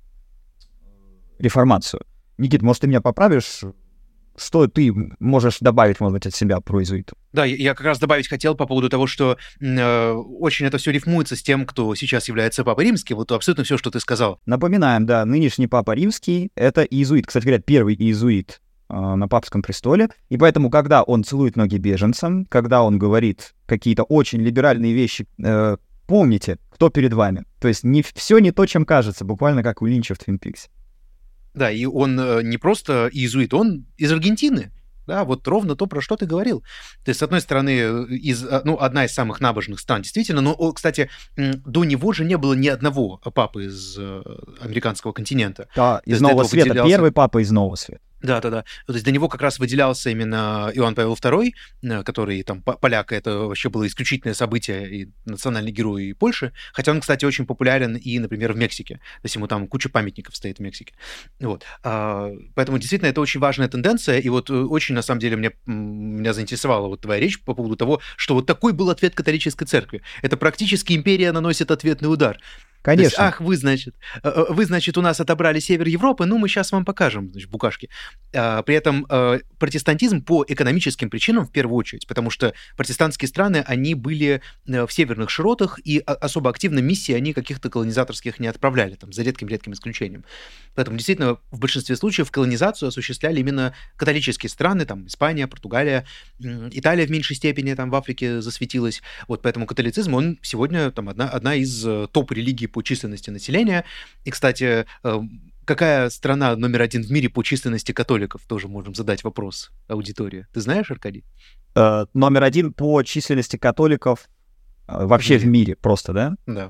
реформацию. Никит, может, ты меня поправишь? Что ты можешь добавить, может быть, от себя про иезуитов? Да, я как раз добавить хотел по поводу того, что очень это все рифмуется с тем, кто сейчас является Папой Римским. Вот абсолютно все, что ты сказал. Напоминаем, да, нынешний Папа Римский — это иезуит. Кстати говоря, первый иезуит на папском престоле, и поэтому, когда он целует ноги беженцам, когда он говорит какие-то очень либеральные вещи, помните, кто перед вами. То есть все не то, чем кажется, буквально как у Линча в Твин Пиксе. Да, и он не просто иезуит, он из Аргентины. Да, вот ровно то, про что ты говорил. То есть, с одной стороны, одна из самых набожных стран, действительно, но, кстати, до него же не было ни одного папы из американского континента. Да, из Нового Света. Первый папа из Нового Света. Да. То есть до него как раз выделялся именно Иоанн Павел II, который там поляк, это вообще было исключительное событие и национальный герой Польши, хотя он, кстати, очень популярен и, например, в Мексике. То есть ему там куча памятников стоит в Мексике. Вот. Поэтому действительно это очень важная тенденция, и вот очень, на самом деле, меня заинтересовала вот твоя речь по поводу того, что вот такой был ответ католической церкви. Это практически империя наносит ответный удар. Конечно. Есть, вы, значит, у нас отобрали север Европы, ну, мы сейчас вам покажем, значит, букашки. При этом протестантизм по экономическим причинам, в первую очередь, потому что протестантские страны, они были в северных широтах, и особо активно миссии они каких-то колонизаторских не отправляли, там, за редким-редким исключением. Поэтому, действительно, в большинстве случаев колонизацию осуществляли именно католические страны, там, Испания, Португалия, Италия в меньшей степени, там, в Африке засветилась. Вот поэтому католицизм, он сегодня, там, одна из топ-религий по численности населения. И, кстати, какая страна номер один в мире по численности католиков? Тоже можем задать вопрос аудитории. Ты знаешь, Аркадий? Номер один по численности католиков вообще в мире просто, да? Да.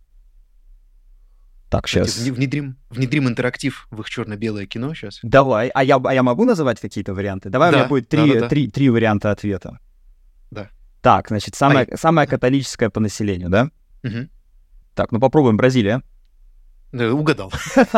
Так, сейчас. Внедрим интерактив в их черно-белое кино сейчас. Давай. А я могу называть какие-то варианты? Давай, да, у меня будет три варианта ответа. Да. Так, значит, самая католическая по населению, да? Угу. Так, ну попробуем. Бразилия. Угадал.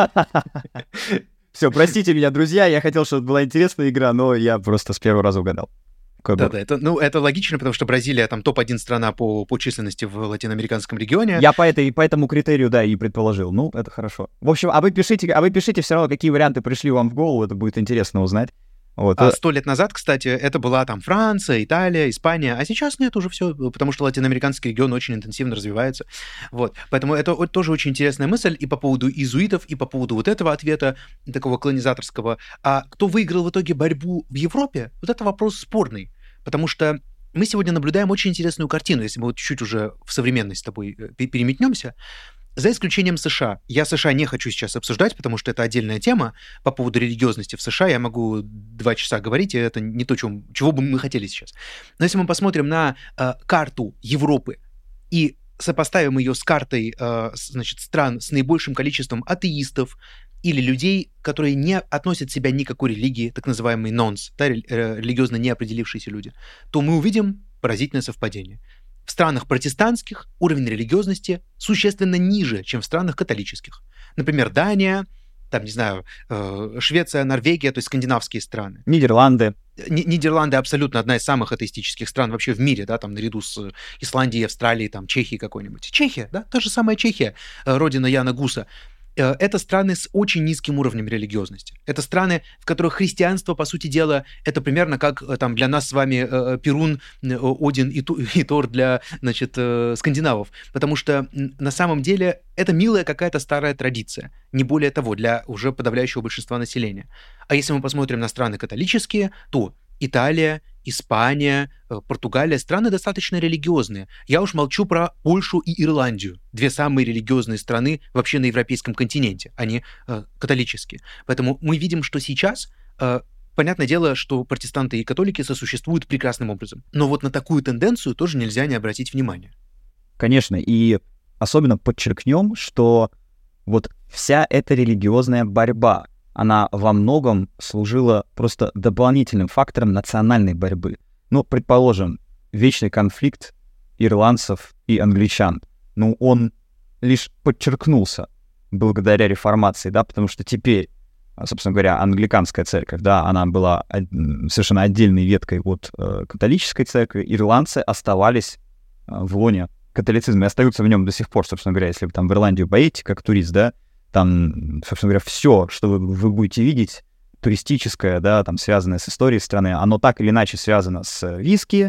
Все, простите меня, друзья, я хотел, чтобы была интересная игра, но я просто с первого раза угадал. Да, это логично, потому что Бразилия там топ-1 страна по численности в латиноамериканском регионе. Я по этому критерию, да, и предположил. Ну, это хорошо. В общем, а вы пишите все равно, какие варианты пришли вам в голову, это будет интересно узнать. Вот. 100 лет назад, кстати, это была там Франция, Италия, Испания, а сейчас нет уже все, потому что латиноамериканский регион очень интенсивно развивается. Вот. Поэтому это тоже очень интересная мысль и по поводу иезуитов, и по поводу вот этого ответа, такого колонизаторского. А кто выиграл в итоге борьбу в Европе, вот это вопрос спорный, потому что мы сегодня наблюдаем очень интересную картину, если мы вот чуть уже в современность с тобой переметнемся. За исключением США. Я США не хочу сейчас обсуждать, потому что это отдельная тема. По поводу религиозности в США я могу 2 часа говорить, и это не то, чего бы мы хотели сейчас. Но если мы посмотрим на карту Европы и сопоставим ее с картой значит, стран с наибольшим количеством атеистов или людей, которые не относят себя ни к какой религии, так называемый нонс, да, религиозно не определившиеся люди, то мы увидим поразительное совпадение. В странах протестантских уровень религиозности существенно ниже, чем в странах католических. Например, Дания, там, не знаю, Швеция, Норвегия, то есть скандинавские страны. Нидерланды. Нидерланды абсолютно одна из самых атеистических стран вообще в мире, да, там наряду с Исландией, Австралией, там, Чехией какой-нибудь. Чехия, да, та же самая Чехия, родина Яна Гуса. Это страны с очень низким уровнем религиозности. Это страны, в которых христианство, по сути дела, это примерно как там, для нас с вами Перун, Один и Тор для, значит, скандинавов. Потому что на самом деле это милая какая-то старая традиция. Не более того, для уже подавляющего большинства населения. А если мы посмотрим на страны католические, то Италия, Испания, Португалия — страны достаточно религиозные. Я уж молчу про Польшу и Ирландию. 2 самые религиозные страны вообще на европейском континенте. Они католические. Поэтому мы видим, что сейчас... Понятное дело, что протестанты и католики сосуществуют прекрасным образом. Но вот на такую тенденцию тоже нельзя не обратить внимания. Конечно, и особенно подчеркнем, что вот вся эта религиозная борьба, она во многом служила просто дополнительным фактором национальной борьбы. Ну, предположим, вечный конфликт ирландцев и англичан, ну, он лишь подчеркнулся благодаря реформации, да, потому что теперь, собственно говоря, англиканская церковь, да, она была совершенно отдельной веткой от католической церкви, ирландцы оставались в лоне католицизма и остаются в нем до сих пор, собственно говоря, если вы там в Ирландию поедете как турист, да, там, собственно говоря, все, что вы будете видеть, туристическое, да, там, связанное с историей страны, оно так или иначе связано с виски,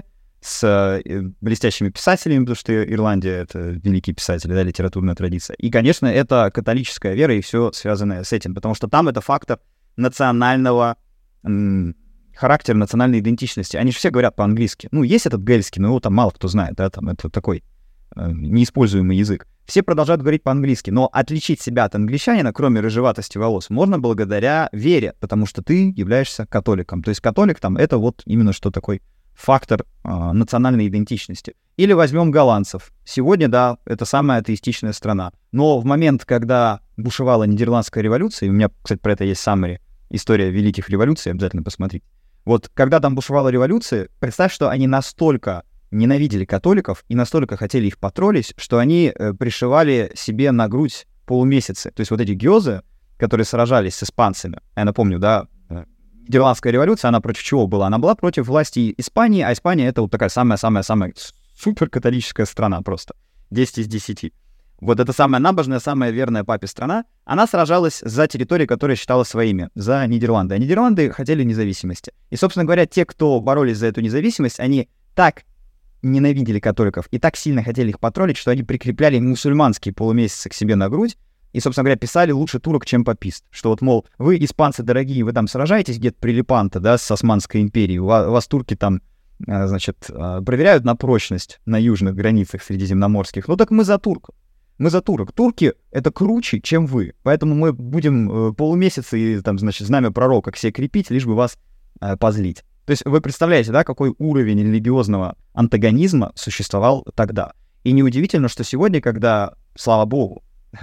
с блестящими писателями, потому что Ирландия — это великие писатели, да, литературная традиция. И, конечно, это католическая вера и все связанное с этим, потому что там это фактор национального характера, национальной идентичности. Они же все говорят по-английски. Ну, есть этот гельский, но его там мало кто знает, да, там это такой неиспользуемый язык. Все продолжают говорить по-английски, но отличить себя от англичанина, кроме рыжеватости волос, можно благодаря вере, потому что ты являешься католиком. То есть католик там — это вот именно что такой фактор национальной идентичности. Или возьмем голландцев. Сегодня, да, это самая атеистичная страна. Но в момент, когда бушевала Нидерландская революция, и у меня, кстати, про это есть summary, история великих революций, обязательно посмотрите. Вот когда там бушевала революция, представь, что они настолько ненавидели католиков и настолько хотели их потроллить, что они пришивали себе на грудь полумесяцы. То есть вот эти гёзы, которые сражались с испанцами, я напомню, да, Нидерландская революция, она против чего была? Она была против власти Испании, а Испания — это вот такая самая-самая-самая суперкатолическая страна просто. 10 из 10. Вот эта самая набожная, самая верная папе страна, она сражалась за территории, которые считала своими, за Нидерланды. А Нидерланды хотели независимости. И, собственно говоря, те, кто боролись за эту независимость, они так ненавидели католиков и так сильно хотели их потроллить, что они прикрепляли мусульманские полумесяцы к себе на грудь, и, собственно говоря, писали лучше турок, чем папист. Что вот, мол, вы, испанцы дорогие, вы там сражаетесь где-то при Лепанто, да, с Османской империей, у вас турки там, значит, проверяют на прочность на южных границах средиземноморских. Ну так мы за турков. Мы за турок. Турки — это круче, чем вы. Поэтому мы будем полумесяца и, там, значит, знамя пророка к себе крепить, лишь бы вас позлить. То есть вы представляете, да, какой уровень религиозного антагонизма существовал тогда. И неудивительно, что сегодня, когда, слава богу,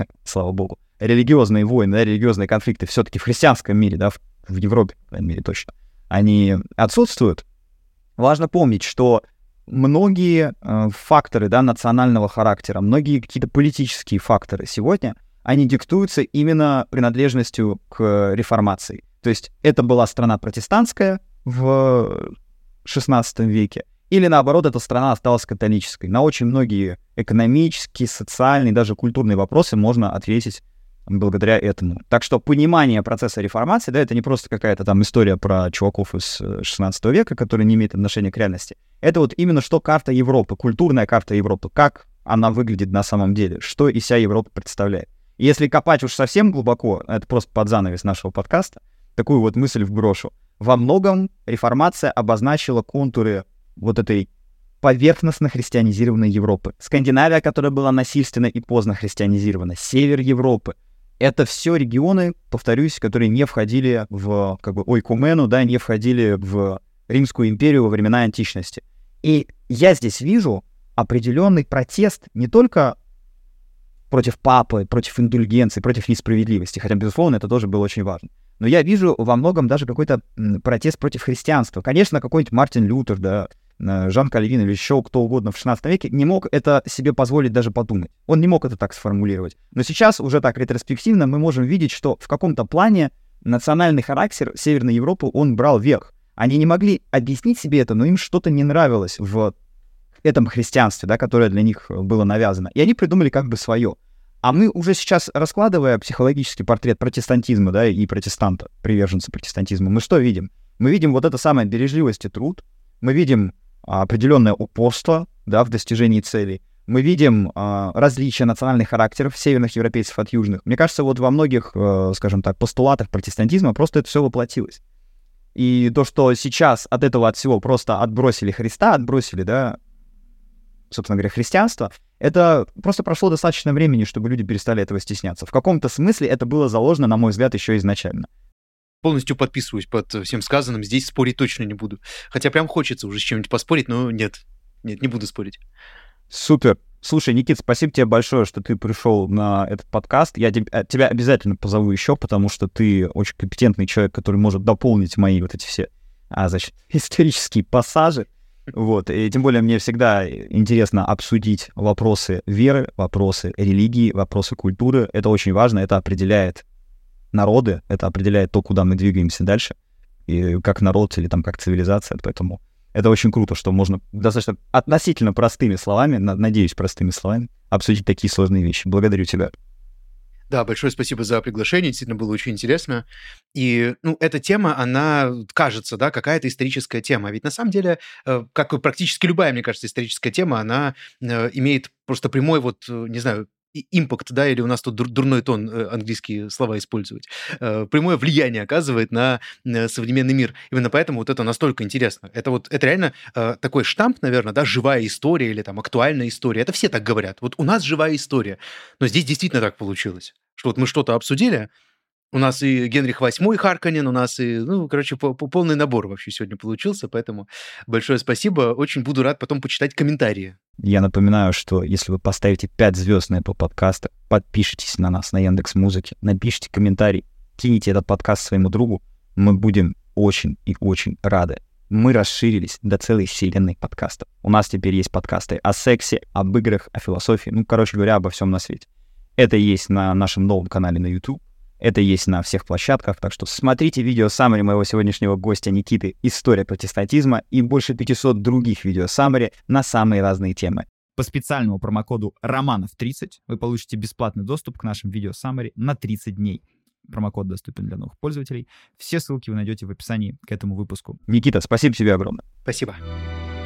религиозные войны, да, религиозные конфликты все-таки в христианском мире, да, в Европе, по крайней мере, точно, они отсутствуют. Важно помнить, что многие факторы, да, национального характера, многие какие-то политические факторы сегодня, они диктуются именно принадлежностью к реформации. То есть это была страна протестантская в XVI веке, или наоборот, эта страна осталась католической. На очень многие экономические, социальные, даже культурные вопросы можно ответить благодаря этому. Так что понимание процесса реформации, да, это не просто какая-то там история про чуваков из XVI века, которые не имеют отношения к реальности. Это вот именно что карта Европы, культурная карта Европы, как она выглядит на самом деле, что из себя Европа представляет. И если копать уж совсем глубоко, это просто под занавес нашего подкаста, такую вот мысль вброшу. Во многом реформация обозначила контуры вот этой поверхностно христианизированной Европы. Скандинавия, которая была насильственно и поздно христианизирована, север Европы. Это все регионы, повторюсь, которые не входили в как бы ойкумену, да, не входили в Римскую империю во времена античности. И я здесь вижу определенный протест не только против папы, против индульгенции, против несправедливости, хотя, безусловно, это тоже было очень важно. Но я вижу во многом даже какой-то протест против христианства. Конечно, какой-нибудь Мартин Лютер, да, Жан Кальвин или еще кто угодно в XVI веке не мог это себе позволить даже подумать. Он не мог это так сформулировать. Но сейчас уже так ретроспективно мы можем видеть, что в каком-то плане национальный характер Северной Европы, он брал верх. Они не могли объяснить себе это, но им что-то не нравилось в этом христианстве, да, которое для них было навязано. И они придумали как бы свое. А мы уже сейчас, раскладывая психологический портрет протестантизма, да, и протестанта, приверженца протестантизма, мы что видим? Мы видим вот это самое бережливость и труд, мы видим определенное упорство, да, в достижении целей, мы видим различия национальных характеров северных европейцев от южных. Мне кажется, вот во многих, скажем так, постулатах протестантизма просто это все воплотилось. И то, что сейчас от этого от всего просто отбросили Христа, отбросили, да, собственно говоря, христианство, это просто прошло достаточно времени, чтобы люди перестали этого стесняться. В каком-то смысле это было заложено, на мой взгляд, еще изначально. Полностью подписываюсь под всем сказанным, здесь спорить точно не буду. Хотя прям хочется уже с чем-нибудь поспорить, но нет, не буду спорить. Супер. Слушай, Никит, спасибо тебе большое, что ты пришел на этот подкаст. Я тебя обязательно позову еще, потому что ты очень компетентный человек, который может дополнить мои вот эти все, значит, исторические пассажи. Вот, и тем более мне всегда интересно обсудить вопросы веры, вопросы религии, вопросы культуры. Это очень важно, это определяет народы, это определяет то, куда мы двигаемся дальше, и как народ или там как цивилизация. Поэтому это очень круто, что можно достаточно относительно простыми словами, надеюсь, простыми словами, обсудить такие сложные вещи. Благодарю тебя. Да, большое спасибо за приглашение, действительно было очень интересно. И, эта тема, она кажется, да, какая-то историческая тема. А ведь на самом деле, как и практически любая, мне кажется, историческая тема, она имеет просто прямой, вот, не знаю, импакт, да, или у нас тут дурной тон английские слова использовать, прямое влияние оказывает на современный мир. Именно поэтому вот это настолько интересно. Это реально такой штамп, наверное, да, живая история или там актуальная история. Это все так говорят. Вот у нас живая история. Но здесь действительно так получилось, что вот мы что-то обсудили, у нас и Генрих VIII Харконен, у нас и, полный набор вообще сегодня получился, поэтому большое спасибо. Очень буду рад потом почитать комментарии. Я напоминаю, что если вы поставите 5 звезд на Apple подкасты, подпишитесь на нас на Яндекс.Музыке, напишите комментарий, кинете этот подкаст своему другу, мы будем очень и очень рады. Мы расширились до целой вселенной подкастов. У нас теперь есть подкасты о сексе, об играх, о философии, короче говоря, обо всем на свете. Это есть на нашем новом канале на YouTube. Это есть на всех площадках, так что смотрите видео саммари моего сегодняшнего гостя Никиты «История протестантизма» и больше 500 других видео саммари на самые разные темы. По специальному промокоду РОМАНОВ30 вы получите бесплатный доступ к нашим видео саммари на 30 дней. Промокод доступен для новых пользователей. Все ссылки вы найдете в описании к этому выпуску. Никита, спасибо тебе огромное. Спасибо.